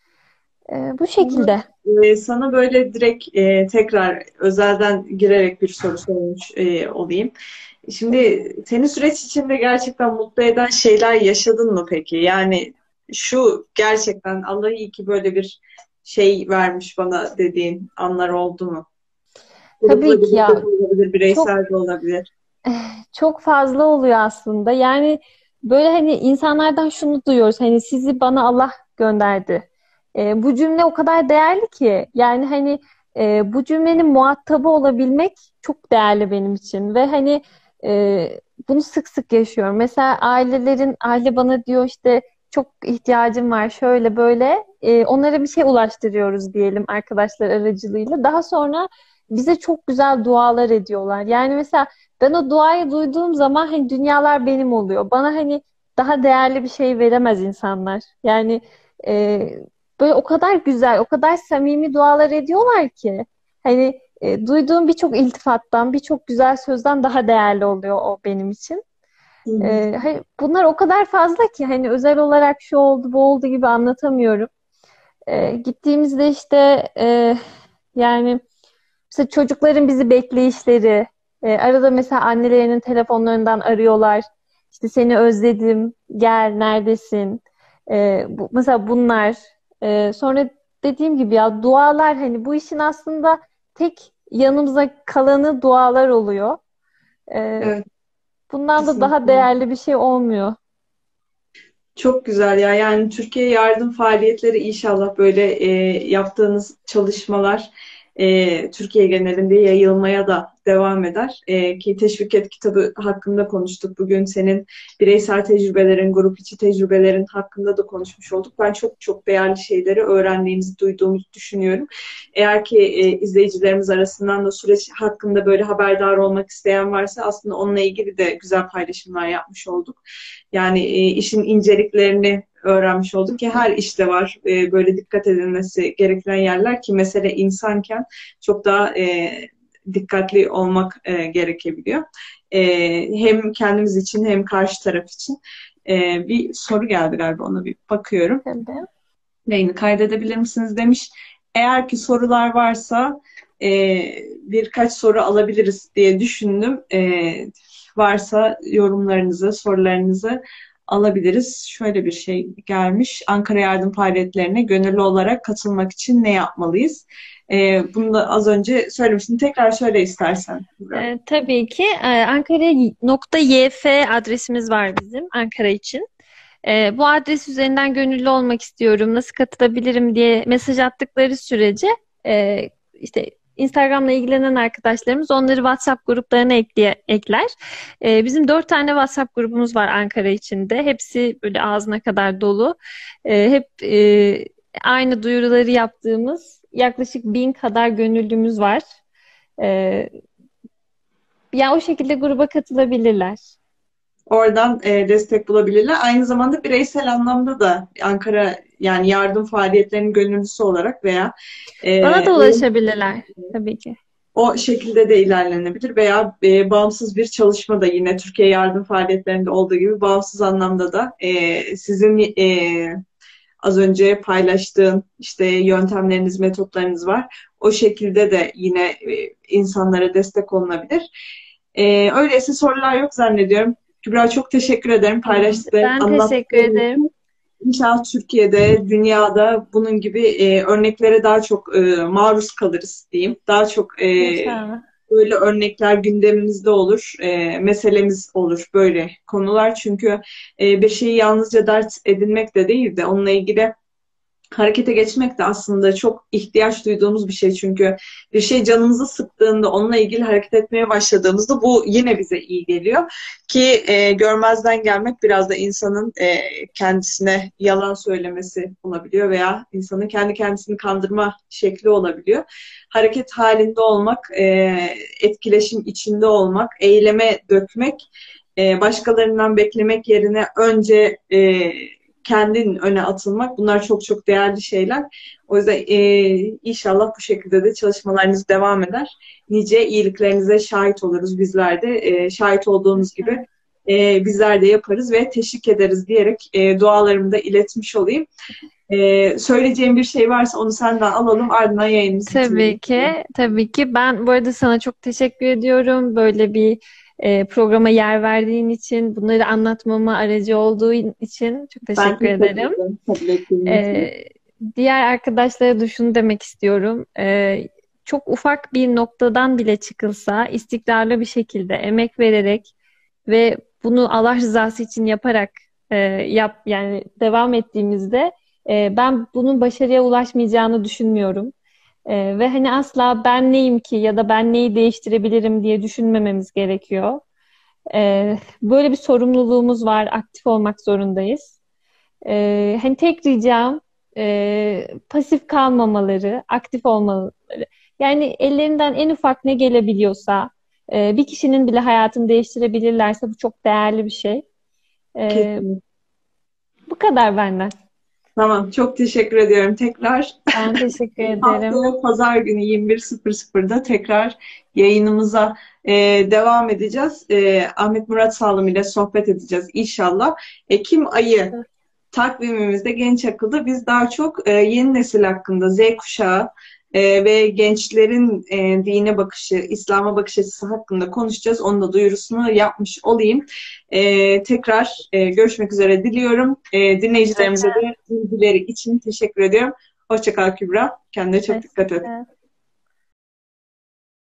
Speaker 2: Bu şekilde.
Speaker 3: Sana böyle direkt tekrar özelden girerek bir soru sormuş olayım. Şimdi seni süreç içinde gerçekten mutlu eden şeyler yaşadın mı peki? Yani şu gerçekten Allah iyi ki böyle bir şey vermiş bana dediğin anlar oldu mu? Grupla
Speaker 2: Tabii ki
Speaker 3: birlikte de
Speaker 2: ya,
Speaker 3: olabilir,
Speaker 2: çok
Speaker 3: bireysel de olabilir.
Speaker 2: çok fazla oluyor aslında. Yani böyle hani insanlardan şunu duyuyoruz. Hani sizi bana Allah gönderdi. Bu cümle o kadar değerli ki. Yani hani bu cümlenin muhatabı olabilmek çok değerli benim için. Ve hani bunu sık sık yaşıyorum. Mesela aile bana diyor işte çok ihtiyacım var şöyle böyle. Onlara bir şey ulaştırıyoruz diyelim arkadaşlar aracılığıyla. Daha sonra bize çok güzel dualar ediyorlar. Yani mesela ben o duayı duyduğum zaman hani dünyalar benim oluyor. Bana hani daha değerli bir şey veremez insanlar. Yani e, böyle o kadar güzel, o kadar samimi dualar ediyorlar ki hani duyduğum birçok iltifattan, birçok güzel sözden daha değerli oluyor o benim için.
Speaker 3: Hı hı.
Speaker 2: Hani bunlar o kadar fazla ki hani özel olarak şu oldu, bu oldu gibi anlatamıyorum. Gittiğimizde işte yani mesela çocukların bizi bekleyişleri, arada mesela annelerinin telefonlarından arıyorlar. İşte seni özledim, gel, neredesin? Mesela bunlar. Sonra dediğim gibi ya dualar hani bu işin aslında tek yanımıza kalanı dualar oluyor. E,
Speaker 3: Evet,
Speaker 2: Bundan da daha
Speaker 3: kesinlikle.
Speaker 2: değerli bir şey olmuyor.
Speaker 3: Çok güzel ya. Yani Türkiye yardım faaliyetleri inşallah böyle yaptığınız çalışmalar Türkiye genelinde yayılmaya da devam eder. Ki Teşvik Et kitabı hakkında konuştuk. Bugün senin bireysel tecrübelerin, grup içi tecrübelerin hakkında da konuşmuş olduk. Ben çok çok değerli şeyleri öğrendiğimizi, duyduğumuzu düşünüyorum. Eğer ki izleyicilerimiz arasından da süreç hakkında böyle haberdar olmak isteyen varsa aslında onunla ilgili de güzel paylaşımlar yapmış olduk. Yani işin inceliklerini öğrenmiş olduk ki her işte var böyle dikkat edilmesi gereken yerler ki mesele insanken çok daha dikkatli olmak gerekebiliyor. Hem kendimiz için hem karşı taraf için. Bir soru geldi galiba ona bir bakıyorum.
Speaker 2: Tabii.
Speaker 3: Yayını kaydedebilir misiniz demiş. Eğer ki sorular varsa birkaç soru alabiliriz diye düşündüm. Varsa yorumlarınızı, sorularınızı alabiliriz. Şöyle bir şey gelmiş. Ankara Yardım Faaliyetlerine gönüllü olarak katılmak için ne yapmalıyız? Bunu da az önce söylemiştim. Tekrar söyle istersen.
Speaker 2: Tabii ki Ankara.yf adresimiz var bizim Ankara için. Bu adres üzerinden gönüllü olmak istiyorum, nasıl katılabilirim diye mesaj attıkları sürece işte Instagram'la ilgilenen arkadaşlarımız onları WhatsApp gruplarına ekler. Bizim 4 tane WhatsApp grubumuz var Ankara içinde. Hepsi böyle ağzına kadar dolu. Hep aynı duyuruları yaptığımız yaklaşık 1000 kadar gönüllümüz var. E, Yani o şekilde gruba katılabilirler.
Speaker 3: Oradan destek bulabilirler. Aynı zamanda bireysel anlamda da Ankara yani yardım faaliyetlerinin gönüllüsü olarak veya
Speaker 2: Bana da
Speaker 3: e,
Speaker 2: ulaşabilirler tabii ki.
Speaker 3: o şekilde de ilerlenebilir veya bağımsız bir çalışma da yine Türkiye yardım faaliyetlerinde olduğu gibi bağımsız anlamda da sizin az önce paylaştığın işte yöntemleriniz, metotlarınız var. O şekilde de yine insanlara destek olunabilir. Öyleyse sorular yok zannediyorum. Kübra çok teşekkür ederim
Speaker 2: Tamamdır.
Speaker 3: paylaştıkların,
Speaker 2: Ben teşekkür
Speaker 3: anlattıkların
Speaker 2: ederim.
Speaker 3: için. İnşallah Türkiye'de, dünyada bunun gibi örneklere daha çok maruz kalırız diyeyim. Daha çok
Speaker 2: İnşallah.
Speaker 3: böyle örnekler gündemimizde olur, meselemiz olur böyle konular. Çünkü bir şeyi yalnızca dert edinmek de değil de onunla ilgili harekete geçmek de aslında çok ihtiyaç duyduğumuz bir şey. Çünkü bir şey canımızı sıktığında, onunla ilgili hareket etmeye başladığımızda bu yine bize iyi geliyor. Ki görmezden gelmek biraz da insanın kendisine yalan söylemesi olabiliyor veya insanın kendi kendisini kandırma şekli olabiliyor. Hareket halinde olmak, etkileşim içinde olmak, eyleme dökmek, başkalarından beklemek yerine önce kendin öne atılmak, bunlar çok çok değerli şeyler. O yüzden inşallah bu şekilde de çalışmalarınız devam eder. Nice iyiliklerinize şahit oluruz bizler de. Şahit olduğumuz gibi bizler de yaparız ve teşvik ederiz diyerek dualarımı da iletmiş olayım. Söyleyeceğim bir şey varsa onu senden alalım, ardından yayınımızı
Speaker 2: Tabii ki, tabii ki. Ben bu arada sana çok teşekkür ediyorum. Böyle bir programa yer verdiğin için, bunları anlatmama aracı olduğun için çok teşekkür ederim.
Speaker 3: Kabul ettiğin için.
Speaker 2: Diğer arkadaşlara da şunu demek istiyorum. Çok ufak bir noktadan bile çıkılsa istikrarlı bir şekilde emek vererek ve bunu Allah rızası için yaparak yani devam ettiğimizde ben bunun başarıya ulaşmayacağını düşünmüyorum. Ve hani asla ben neyim ki ya da ben neyi değiştirebilirim diye düşünmememiz gerekiyor. Böyle bir sorumluluğumuz var, aktif olmak zorundayız. Hani tek ricam pasif kalmamaları, aktif olmaları. Yani ellerinden en ufak ne gelebiliyorsa, bir kişinin bile hayatını değiştirebilirlerse bu çok değerli bir şey.
Speaker 3: Kesinlikle.
Speaker 2: Bu kadar benden.
Speaker 3: Tamam, çok teşekkür ediyorum tekrar.
Speaker 2: Ben teşekkür ederim.
Speaker 3: Haftaya Pazar günü 21.00'da tekrar yayınımıza devam edeceğiz. Ahmet Murat Sağlam ile sohbet edeceğiz inşallah. Ekim ayı takvimimizde Genç Akıl'da biz daha çok yeni nesil hakkında, Z kuşağı ve gençlerin dine bakışı, İslam'a bakış açısı hakkında konuşacağız. Onun da duyurusunu yapmış olayım. Tekrar görüşmek üzere diliyorum. Dinleyicilerimize de bilgileri için teşekkür ediyorum. Hoşça kal Kübra. Kendine çok dikkat et.